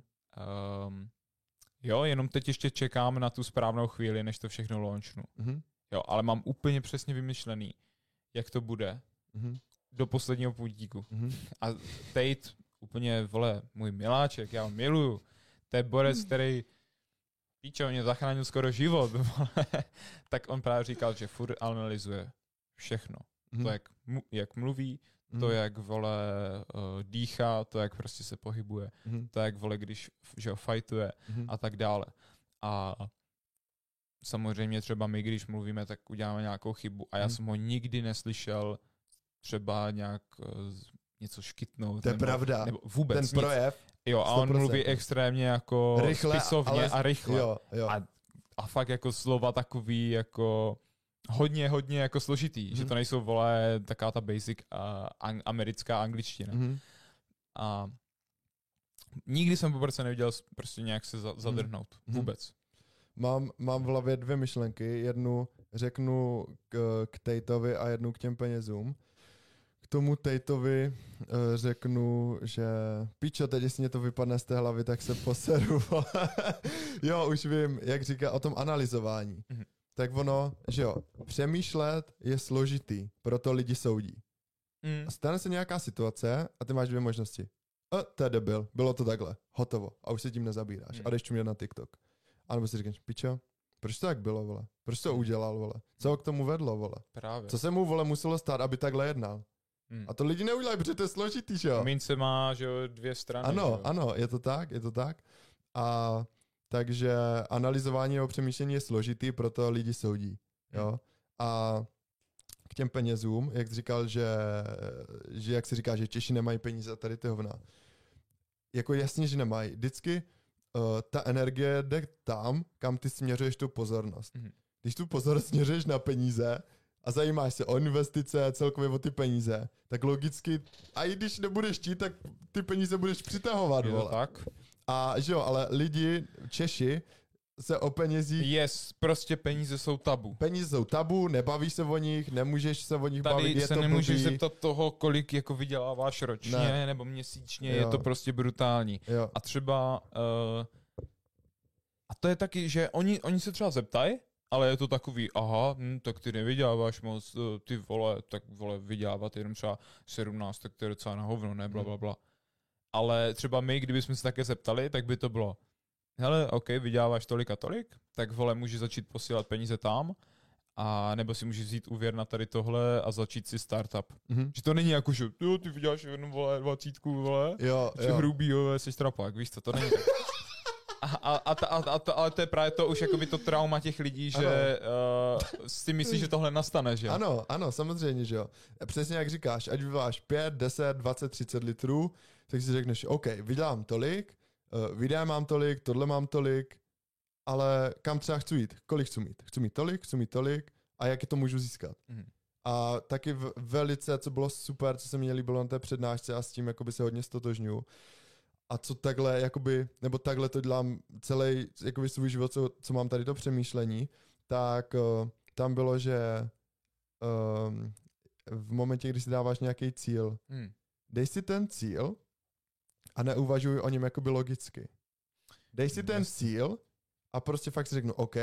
Jo, jenom teď ještě čekám na tu správnou chvíli, než to všechno launchnu. Jo, ale mám úplně přesně vymyšlený, jak to bude. do posledního puntíku. A Tate, úplně, vole, můj miláček, já ho miluju. To je borec, který píčo, mě zachránil skoro život, tak on právě říkal, že furt analyzuje všechno. To, jak mluví, to, jak, vole, dýchá, to, jak prostě se pohybuje, to, jak, vole, když, že ho fightuje a tak dále. A samozřejmě třeba my, když mluvíme, tak uděláme nějakou chybu a já jsem ho nikdy neslyšel třeba nějak něco škytnout. To je pravda. Nebo vůbec ten projev. Jo, a on mluví extrémně jako rychle, spisovně a rychle. Jo. A fakt jako slova takový jako hodně jako složitý, že to nejsou, vole, taká ta basic americká angličtina. A nikdy jsem vůbec neviděl prostě nějak se zadrhnout. Vůbec. Mám v hlavě 2 myšlenky. Jednu řeknu k Tateovi a jednu k těm penězům. K tomu Tateovi řeknu, že pičo, teď jestli mě to vypadne z té hlavy, tak se poseru. Jo, už vím, jak říká o tom analyzování. Tak ono, že jo, přemýšlet je složitý, proto lidi soudí. Stane se nějaká situace a ty máš 2 možnosti. To je debil, bylo to takhle, hotovo a už se tím nezabíráš a jdeš čumět na TikTok. A nebo si říkáš, pičo, proč to tak bylo, vole? Proč to udělal, vole? Co ho k tomu vedlo, vole? Právě. Co se mu, vole, muselo stát, aby takhle jednal? A to lidi neudělají, protože to je složitý, že jo? Mince má, že jo, 2 strany. Ano, je to tak. A takže analyzování nebo přemýšlení je složitý, proto lidi soudí, jo? A k těm penězům, jak jsi říkal, že jak si říká, že Češi nemají peníze a tady ty hovna. Jako jasně, že nemají. Vždycky ta energie jde tam, kam ty směřuješ tu pozornost. Když tu pozornost směřuješ na peníze a zajímáš se o investice, celkově o ty peníze, tak logicky, a i když nebudeš chtít, tak ty peníze budeš přitahovat. Jo, tak. A že jo, ale lidi, Češi, se o penězích... Prostě peníze jsou tabu. Peníze jsou tabu, nebavíš se o nich, nemůžeš se o nich bavit, je to nemůžeš zeptat toho, kolik jako vyděláváš ročně nebo měsíčně, je to prostě brutální. Jo. A třeba... a to je taky, že oni se třeba zeptají, ale je to takový, tak ty nevyděláváš moc, ty vole, tak vole, vydělávat jenom třeba 17, tak to je docela na hovno, ne, blablabla. Ale třeba my, kdybychom se také zeptali, tak by to bylo, hele, OK, vyděláváš tolik a tolik, tak vole, můžeš začít posílat peníze tam, a nebo si můžeš vzít úvěr na tady tohle a začít si startup. Že to není jako, že ty vyděláš jenom, vole, 20, vole, že hrubý, jsi strapák, víš co, to není tak. Ale to je právě to už jakoby to trauma těch lidí, že si myslíš, že tohle nastane, že jo? Ano, samozřejmě, že jo. Přesně jak říkáš, ať vyděláš 5, 10, 20, 30 litrů, tak si řekneš, OK, vydělám tolik, videa mám tolik, tohle mám tolik, ale kam třeba chci jít? Kolik chci mít? Chci mít tolik a jak je to můžu získat? A taky velice, co bylo super, co se mi líbilo na té přednášce a s tím jakoby se hodně stotožňuju. A co takhle, jakoby, nebo takhle to dělám celý jakoby svůj život, co mám tady to přemýšlení, tak tam bylo, že v momentě, kdy si dáváš nějaký cíl, dej si ten cíl a neuvažuj o něm jakoby logicky. Dej si ten cíl a prostě fakt si řeknu, OK,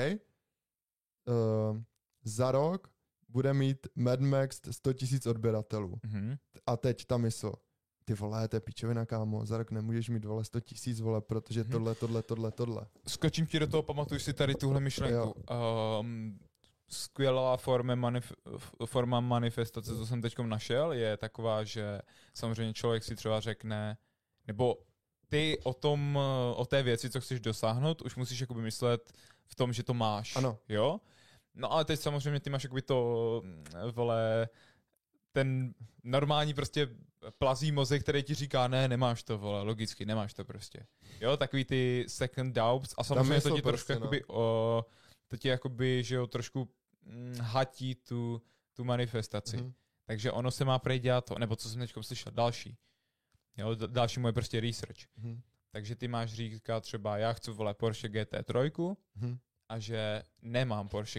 za rok bude mít Mad Max 100 000 odběratelů. A teď ta mysl, ty vole, to je pičovina, kámo, za rok nemůžeš mít, vole, 100 000, vole, protože tohle. Skočím ti do toho, pamatuj si tady tuhle myšlenku. Skvělá forma manifestace, co jsem teďkom našel, je taková, že samozřejmě člověk si třeba řekne, nebo ty o té věci, co chceš dosáhnout, už musíš jakoby myslet v tom, že to máš. Ano. Jo? No ale teď samozřejmě ty máš jakoby to, vole, ten normální prostě plazí mozek, který ti říká, ne, nemáš to, vole, logicky, nemáš to prostě. Jo, takový ty second doubts a samozřejmě to ti trošku jakoby, to ti jakoby, že jo, trošku hatí tu manifestaci. Takže ono se má prej dělat to, nebo co jsem teďko slyšel, další moje prostě research. Takže ty máš říkat třeba, já chci, vole, Porsche GT3 a že nemám Porsche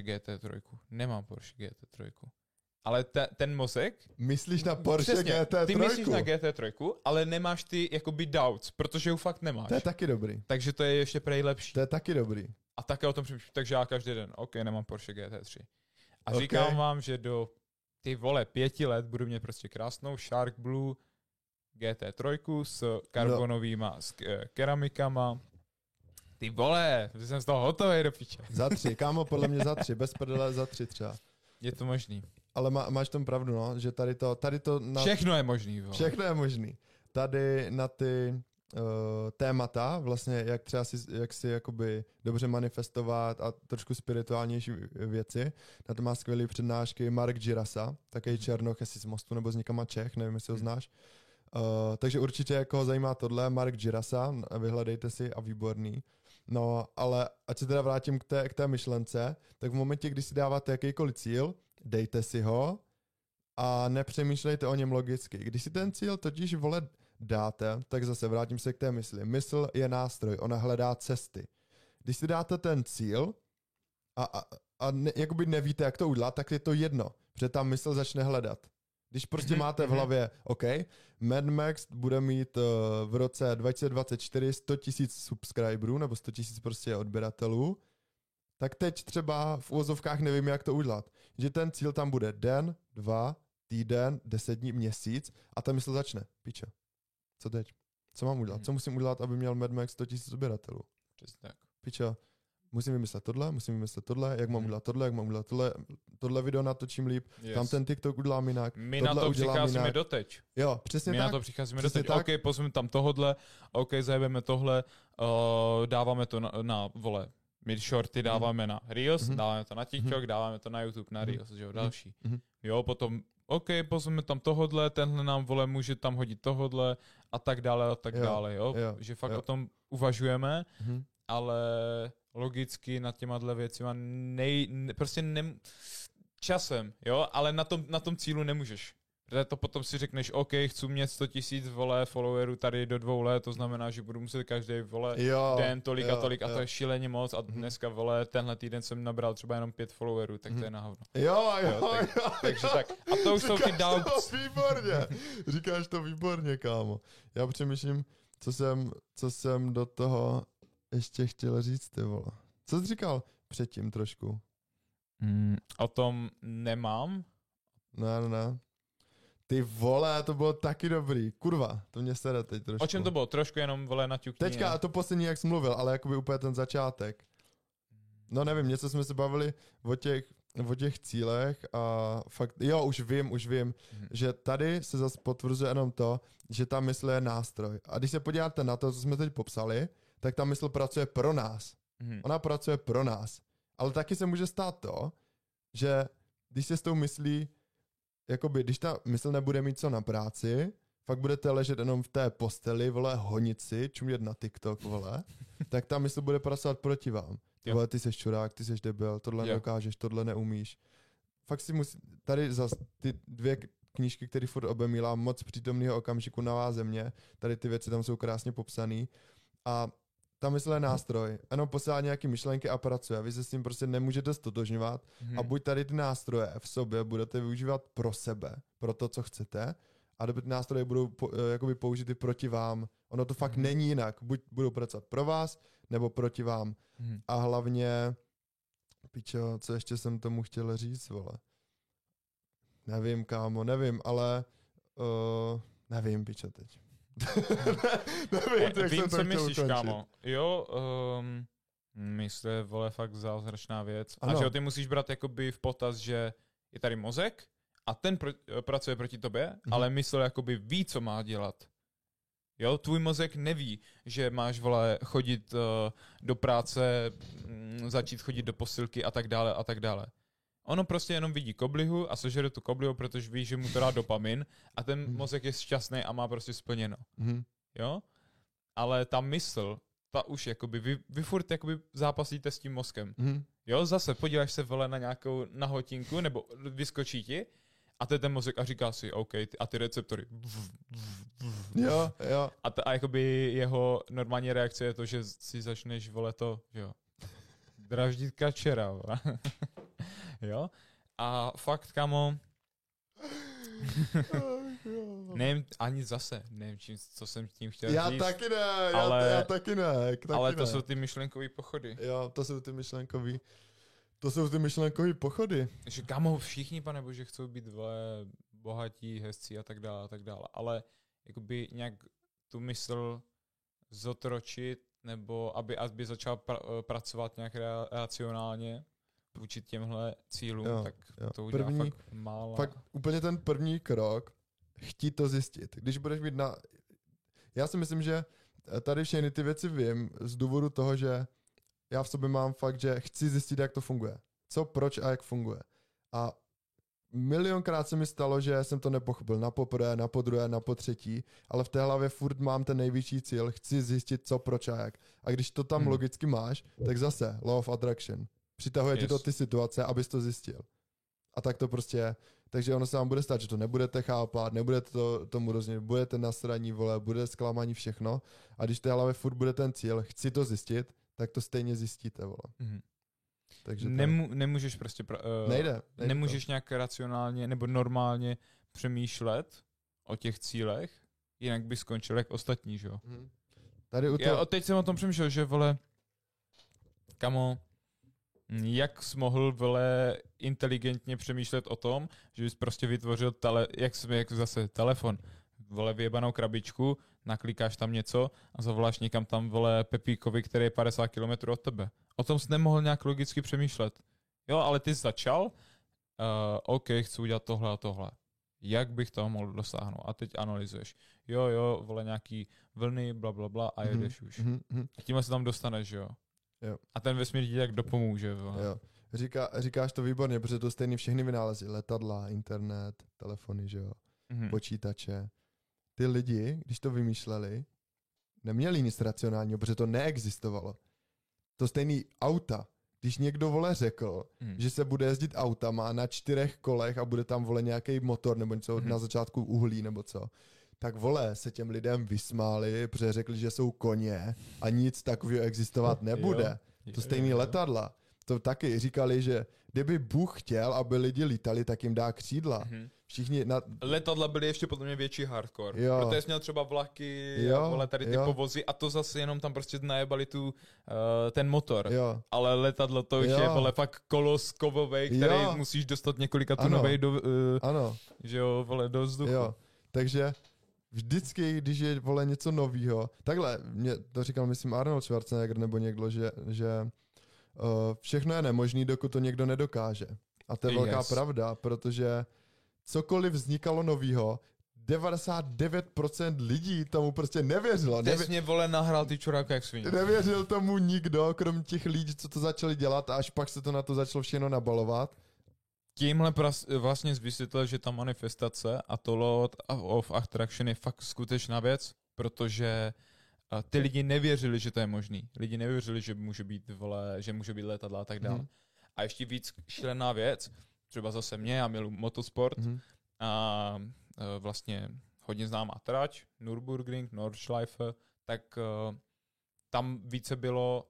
GT3. Ale ten mozek... Myslíš na Porsche GT3? Ty myslíš na GT3, ale nemáš ty jakoby doubts, protože ho fakt nemáš. To je taky dobrý. Takže to je ještě prej lepší. To je taky dobrý. A také o tom přemýšlím, takže já každý den, OK, nemám Porsche GT3. A říkám vám, že do ty vole, 5 let budu mít prostě krásnou Shark Blue GT3 s karbonovýma keramikama. Ty vole, jsem z toho hotový do piče. Za 3, kámo, podle mě za 3, bez prdele za 3 třeba. Je to možný. Ale máš tom pravdu, no, že tady to všechno je možný. Vole. Všechno je možný. Tady na ty témata, vlastně jak si jakoby dobře manifestovat a trošku spirituálnější věci. Na to má skvělý přednášky Mark Girasa, takový černoch, jestli z Mostu nebo z někama Čech, nevím, jestli ho znáš. Takže určitě, jako ho zajímá tohle, Mark Girasa, vyhledejte si a výborný. No, ale ať se teda vrátím k té myšlence, tak v momentě, kdy si dáváte jakýkoliv cíl, dejte si ho a nepřemýšlejte o něm logicky. Když si ten cíl totiž, vole, dáte, tak zase vrátím se k té mysli. Mysl je nástroj, ona hledá cesty. Když si dáte ten cíl a jakoby nevíte, jak to udělat, tak je to jedno, protože ta mysl začne hledat. Když prostě máte v hlavě, OK, Mad Max bude mít v roce 2024 100 000 subscriberů nebo 100 000 prostě odběratelů, tak teď třeba v uvozovkách nevím, jak to udělat. Že ten cíl tam bude den, 2, týden, 10 dní, měsíc a ta mysl začne. Piče. Co teď? Co mám udělat? Co musím udělat, aby měl Mad Max 100 000 odběratelů? Přesně tak. Piče. Musím vymyslet tohle, jak mám udělat tohle video natočím líp, tam ten TikTok udělám jinak. My na to přicházíme doteď. Jo, přesně tak. My na to přicházíme doteď. OK, pozveme tam tohodle, OK, zajebeme tohle, dáváme to na vole, my shorty dáváme na Reels, dáváme to na TikTok, dáváme to na YouTube, na Reels, že jo, další. Jo, potom, OK, pozveme tam tohodle, tenhle nám, vole, může tam hodit tohodle a tak dále, jo. Že fakt o tom uvažujeme, ale logicky nad těma věcima časem, jo, ale na tom cílu nemůžeš. Protože to potom si řekneš, OK, chci mít 100 000 vole followerů tady do 2 let, to znamená, že budu muset každý vole den tolik a tolik a to je šíleně moc a dneska vole tenhle týden jsem nabral třeba jenom 5 followerů, tak to je na hovno. Jo. Takže tak. A to už jsou ty doubts. Výborně. Říkáš to výborně, kámo. Já přemýšlím, co jsem do toho ještě chtěl říct, ty vole. Co jsi říkal předtím trošku? O tom nemám. Ne. Ty vole, to bylo taky dobrý. Kurva, to mě sere teď trošku. O čem to bylo? Trošku jenom, vole, naťukni. Teďka, to poslední, jak jsi mluvil, ale jakoby úplně ten začátek. No nevím, něco jsme se bavili o těch cílech a fakt, jo, už vím, že tady se zase potvrzuje jenom to, že ta mysl je nástroj. A když se podíváte na to, co jsme teď popsali, tak ta mysl pracuje pro nás. Ona pracuje pro nás. Ale taky se může stát to, že když se s tou myslí, jakoby, když ta mysl nebude mít co na práci, fakt budete ležet jenom v té posteli, vole, honit si, čumět na TikTok, vole, tak ta mysl bude pracovat proti vám. Vole, ty seš čurák, ty seš debil, tohle nedokážeš, tohle neumíš. Fakt si musí, tady zase ty 2 knížky, které furt obemílám, Moc přítomného okamžiku, Nová země, tady ty věci tam jsou krásně popsané. A ta mysl je nástroj, jenom posílá nějaké myšlenky a pracuje. Vy se s tím prostě nemůžete stotožňovat a buď tady ty nástroje v sobě budete využívat pro sebe, pro to, co chcete, a ty nástroje budou jakoby použity proti vám. Ono to fakt není jinak. Buď budou pracovat pro vás, nebo proti vám. A hlavně, pičo, co ještě jsem tomu chtěl říct, vole. Nevím, kámo, ale nevím, pičo, teď. Nevím, vím, co myslíš, kámo. Jo, mysl je, vole, fakt zázračná věc. Ano. A že ty musíš brát jakoby v potaz, že je tady mozek a ten pracuje proti tobě, ale mysl jakoby ví, co má dělat. Jo, tvůj mozek neví, že máš, vole, chodit do práce, začít chodit do posilky a tak dále. Ono prostě jenom vidí koblihu a sežere tu koblihu, protože ví, že mu to dá dopamin a ten mozek je šťastný a má prostě splněno. Jo? Ale ta mysl, ta už jakoby, vy furt jakoby zápasíte s tím mozkem. Jo, zase podíváš se, vole, na nějakou nahotinku nebo vyskočí ti a to je ten mozek a říká si, OK, a ty receptory. Jo. A jakoby jeho normální reakce je to, že si začneš, vole, to, jo, draždit kačera, jo? A fakt, kamo, nevím, co jsem tím chtěl říct. Já taky ne. Ale to jsou ty myšlenkové pochody. Jo, to jsou ty myšlenkový To jsou ty myšlenkový pochody. Že kamo všichni, pane bože, chcou být bohatí, hezcí a tak dále, ale jakoby nějak tu mysl zotročit, nebo aby začal pracovat nějak racionálně vůči těmhle cílům, tak to udělá fakt málo. Fakt úplně ten první krok, chtít to zjistit. Když budeš mít Já si myslím, že tady všechny ty věci vím z důvodu toho, že já v sobě mám fakt, že chci zjistit, jak to funguje. Co, proč a jak funguje. A milionkrát se mi stalo, že jsem to nepochopil na poprvé, na podruhé, na potřetí, ale v té hlavě furt mám ten největší cíl, chci zjistit co, proč a jak. A když to tam logicky máš, tak zase law of attraction. Přitahuje ti to ty situace, abys to zjistil. A tak to prostě je. Takže ono se vám bude stát, že to nebudete chápat, nebudete tomu rozumět, budete nasraní, vole, bude zklamání, všechno. A když v té hlavě furt bude ten cíl, chci to zjistit, tak to stejně zjistíte, vole. Mm-hmm. Takže nemůžeš prostě nejde nemůžeš nějak racionálně nebo normálně přemýšlet o těch cílech, jinak by skončil jak ostatní, že jo? Já teď jsem o tom přemýšlel, že vole, kamo, jak jsi mohl vole inteligentně přemýšlet o tom, že bys prostě vytvořil jak zase telefon, vole vyjebanou krabičku, naklikáš tam něco a zavoláš někam tam vole Pepíkovi, který je 50 km od tebe. O tom jsi nemohl nějak logicky přemýšlet. Jo, ale ty jsi začal, OK, chci udělat tohle a tohle. Jak bych toho mohl dosáhnout? A teď analyzuješ. Jo, vole nějaký vlny, bla a jedeš už. A tímhle se tam dostaneš, jo. A ten vesmír ti jak dopomůže. Jo. Říkáš to výborně, protože to stejný všechny vynálezy. Letadla, internet, telefony, že jo. Počítače. Ty lidi, když to vymýšleli, neměli nic racionálního, protože to neexistovalo. To stejný auta. Když někdo vole řekl, že se bude jezdit autama na 4 kolech a bude tam vole nějaký motor nebo něco na začátku uhlí nebo co, tak vole se těm lidem vysmáli, protože řekli, že jsou koně a nic takového existovat nebude. To stejný letadla. To taky říkali, že kdyby Bůh chtěl, aby lidi lítali, tak jim dá křídla. Všichni letadla byly ještě podle mě větší hardcore. Protože jsi měl třeba vlaky a vole tady ty povozy a to zase jenom tam prostě najebali ten motor. Ale letadlo to už je vole fakt kolos kovovej, který musíš dostat několika tunovej do vzduchu. Takže vždycky, když je vole něco novýho, takhle, mě to říkal myslím Arnold Schwarzenegger nebo někdo, že všechno je nemožný, dokud to někdo nedokáže. A to je velká pravda, protože cokoliv vznikalo novýho, 99% lidí tomu prostě nevěřilo. Teď mě vole nahrál ty čuráka jak svině. Nevěřil tomu nikdo, krom těch lidí, co to začali dělat a až pak se to na to začalo všechno nabalovat. Tímhle vlastně vysvětlil, že ta manifestace a to law of attraction je fakt skutečná věc, protože ty lidi nevěřili, že to je možný. Lidi nevěřili, že může být letadla a tak dále. A ještě víc šílená věc, třeba zase mě, já miluji motosport a vlastně hodně známá trať, Nürburgring, Nordschleife, tak tam více bylo,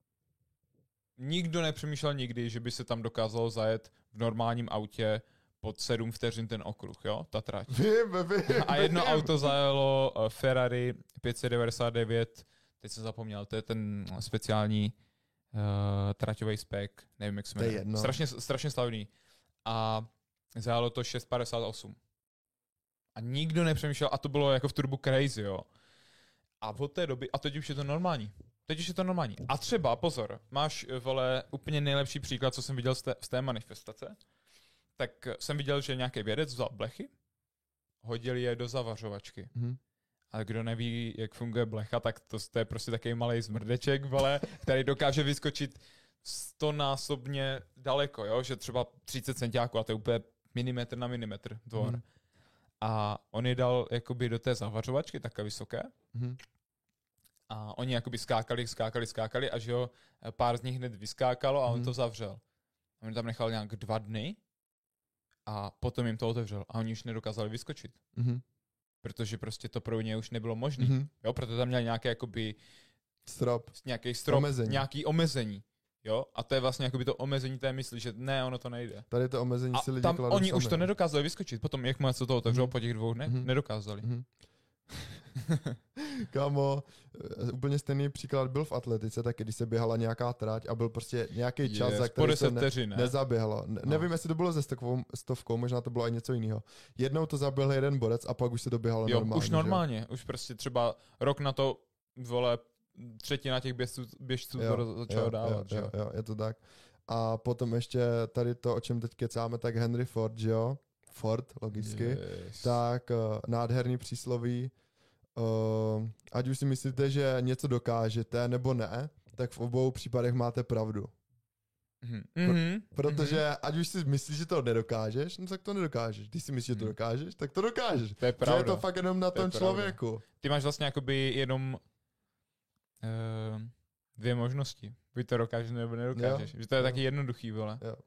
nikdo nepřemýšlel nikdy, že by se tam dokázalo zajet v normálním autě pod 7 vteřin ten okruh, jo, ta trať. A jedno auto zajelo Ferrari 599, teď jsem zapomněl, to je ten speciální traťový spec, nevím, jak se jmenuje. Strašně slavný. A zajelo to 658. A nikdo nepřemýšlel, a to bylo jako v Turbo Crazy, jo. A od té doby, a teď už je to normální. A třeba, pozor, máš, vole, úplně nejlepší příklad, co jsem viděl z té manifestace, tak jsem viděl, že nějaký vědec vzal blechy, hodil je do zavařovačky. A kdo neví, jak funguje blecha, tak to je prostě takový malej zmrdeček, vole, který dokáže vyskočit 100násobně daleko, jo? Že třeba 30 centiáků a to je úplně milimetr na milimetr tvor. A on je dal jakoby do té zavařovačky, takové vysoké. A oni jakoby skákali, až jo, pár z nich hned vyskákalo a on to zavřel. A on tam nechal nějak 2 dny a potom jim to otevřel a oni už nedokázali vyskočit. Protože prostě to pro ně už nebylo možné. Jo, proto tam měl nějaký jakoby nějaký strop, nějaký omezení. Jo? A to je vlastně jakoby to omezení té mysli, že ne, ono to nejde. Tady to omezení si lidi kladou oni sami. Už to nedokázali vyskočit. Potom, jak se to otevřelo po těch 2 dnech, nedokázali. Kámo, úplně stejný příklad byl v atletice, taky když se běhala nějaká trať a byl prostě nějaký čas, za který se nezaběhlo. Nevím, jestli to bylo ze stovkou, možná to bylo i něco jiného. Jednou to zaběhl jeden borec a pak už se to běhalo normálně. Už normálně, už prostě třeba rok na to, vole, třetina těch běžců to začalo dávat. Jo, je to tak. A potom ještě tady to, o čem teď kecáme, tak Henry Ford, že jo? Ford, logicky. Yes. Tak nádherný přísloví. Ať už si myslíte, že něco dokážete nebo ne, tak v obou případech máte pravdu. Protože ať už si myslíš, že to nedokážeš, no tak to nedokážeš. Když si myslíš, že to dokážeš, tak to dokážeš. To je pravda. Je to fakt jenom na tom člověku. Ty máš vlastně jakoby jenom dvě možnosti. Buď to dokážeš nebo nedokážeš. Že to je taky jednoduchý, vole. Jo.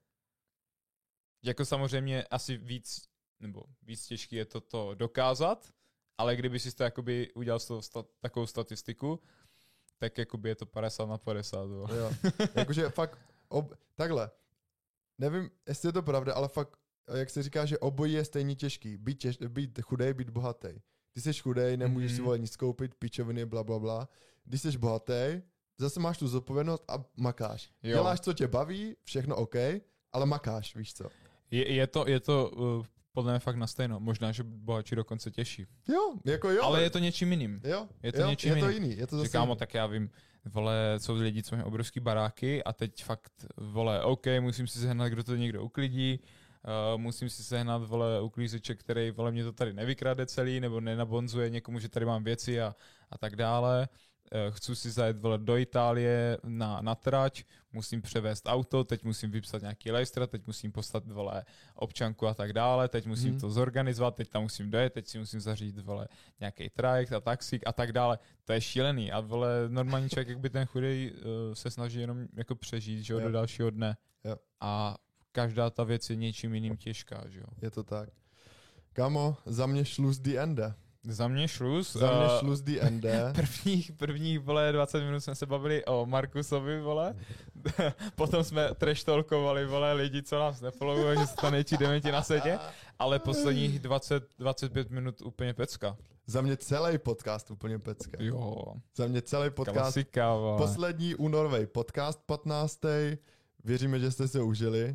Jako samozřejmě asi víc těžký je to dokázat, ale kdyby si to jakoby udělal takovou statistiku, tak jakoby je to 50/50. Jo. Jakože fakt, takhle, nevím, jestli je to pravda, ale fakt, jak se říká, že obojí je stejně těžký. Být chudej, být bohatý. Ty jsi chudej, nemůžeš si nic koupit, pičoviny, blablabla. Když jsi bohatý, zase máš tu zodpovědnost a makáš. Jo. Děláš, co tě baví, všechno OK, ale makáš, víš co. Je to podle mě fakt na stejno. Možná, že bohatší dokonce těžší. Jo. Ale je to něčím jiným. Jo. Je to něčím jiným. Jiný. Je to zase kámo, tak já vím, vole, jsou lidi, co mají obrovský baráky a teď fakt, vole, OK, musím si sehnat, kdo to někdo uklidí, musím si sehnat, vole, uklízeče, který, vole, mě to tady nevykrade celý, nebo nenabonzuje někomu, že tady mám věci a tak dále. Chci si zajet, vole, do Itálie na trať, musím převést auto, teď musím vypsat nějaký lejstr, teď musím poslat, vole, občanku a tak dále, teď musím to zorganizovat, teď tam musím dojet, teď si musím zařídit, vole, nějaký trajekt a taxík a tak dále. To je šílený a, vole, normální člověk, jak by ten chudej se snaží jenom jako přežít, že jo, do dalšího dne. Jo. A každá ta věc je něčím jiným těžká, že jo. Je to tak. Kámo, za mě šluz die Ende. Za mě šluz die Ende. Prvních, vole, 20 minut jsme se bavili o Markusovi, vole. Potom jsme trash-talkovali, vole, lidi, co nás nefollowují, že jsou tam nejčí dementi na světě. Ale posledních 25 minut úplně pecka. Za mě celý podcast úplně pecka. Jo. Za mě celý podcast. Klasika, vole. Poslední únorový podcast 15. Věříme, že jste se užili.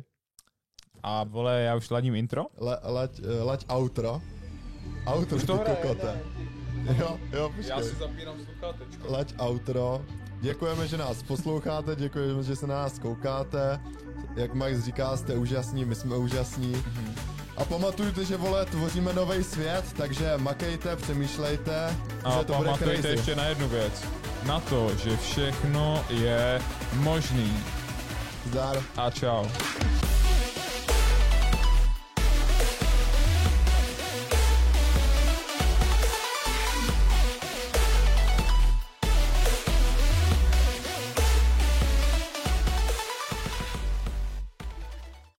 A, vole, já už ladím intro? Laď outro. Outro, ty kokote. Jo, počkej. Já si zapínám sluchatečko. Laď outro. Děkujeme, že nás posloucháte, děkujeme, že se na nás koukáte. Jak Max říká, jste úžasní, my jsme úžasní. A pamatujte, že, vole, tvoříme nový svět, takže makejte, přemýšlejte, a že to bude crazy. A pamatujte ještě na jednu věc. Na to, že všechno je možný. Zdar. A čau.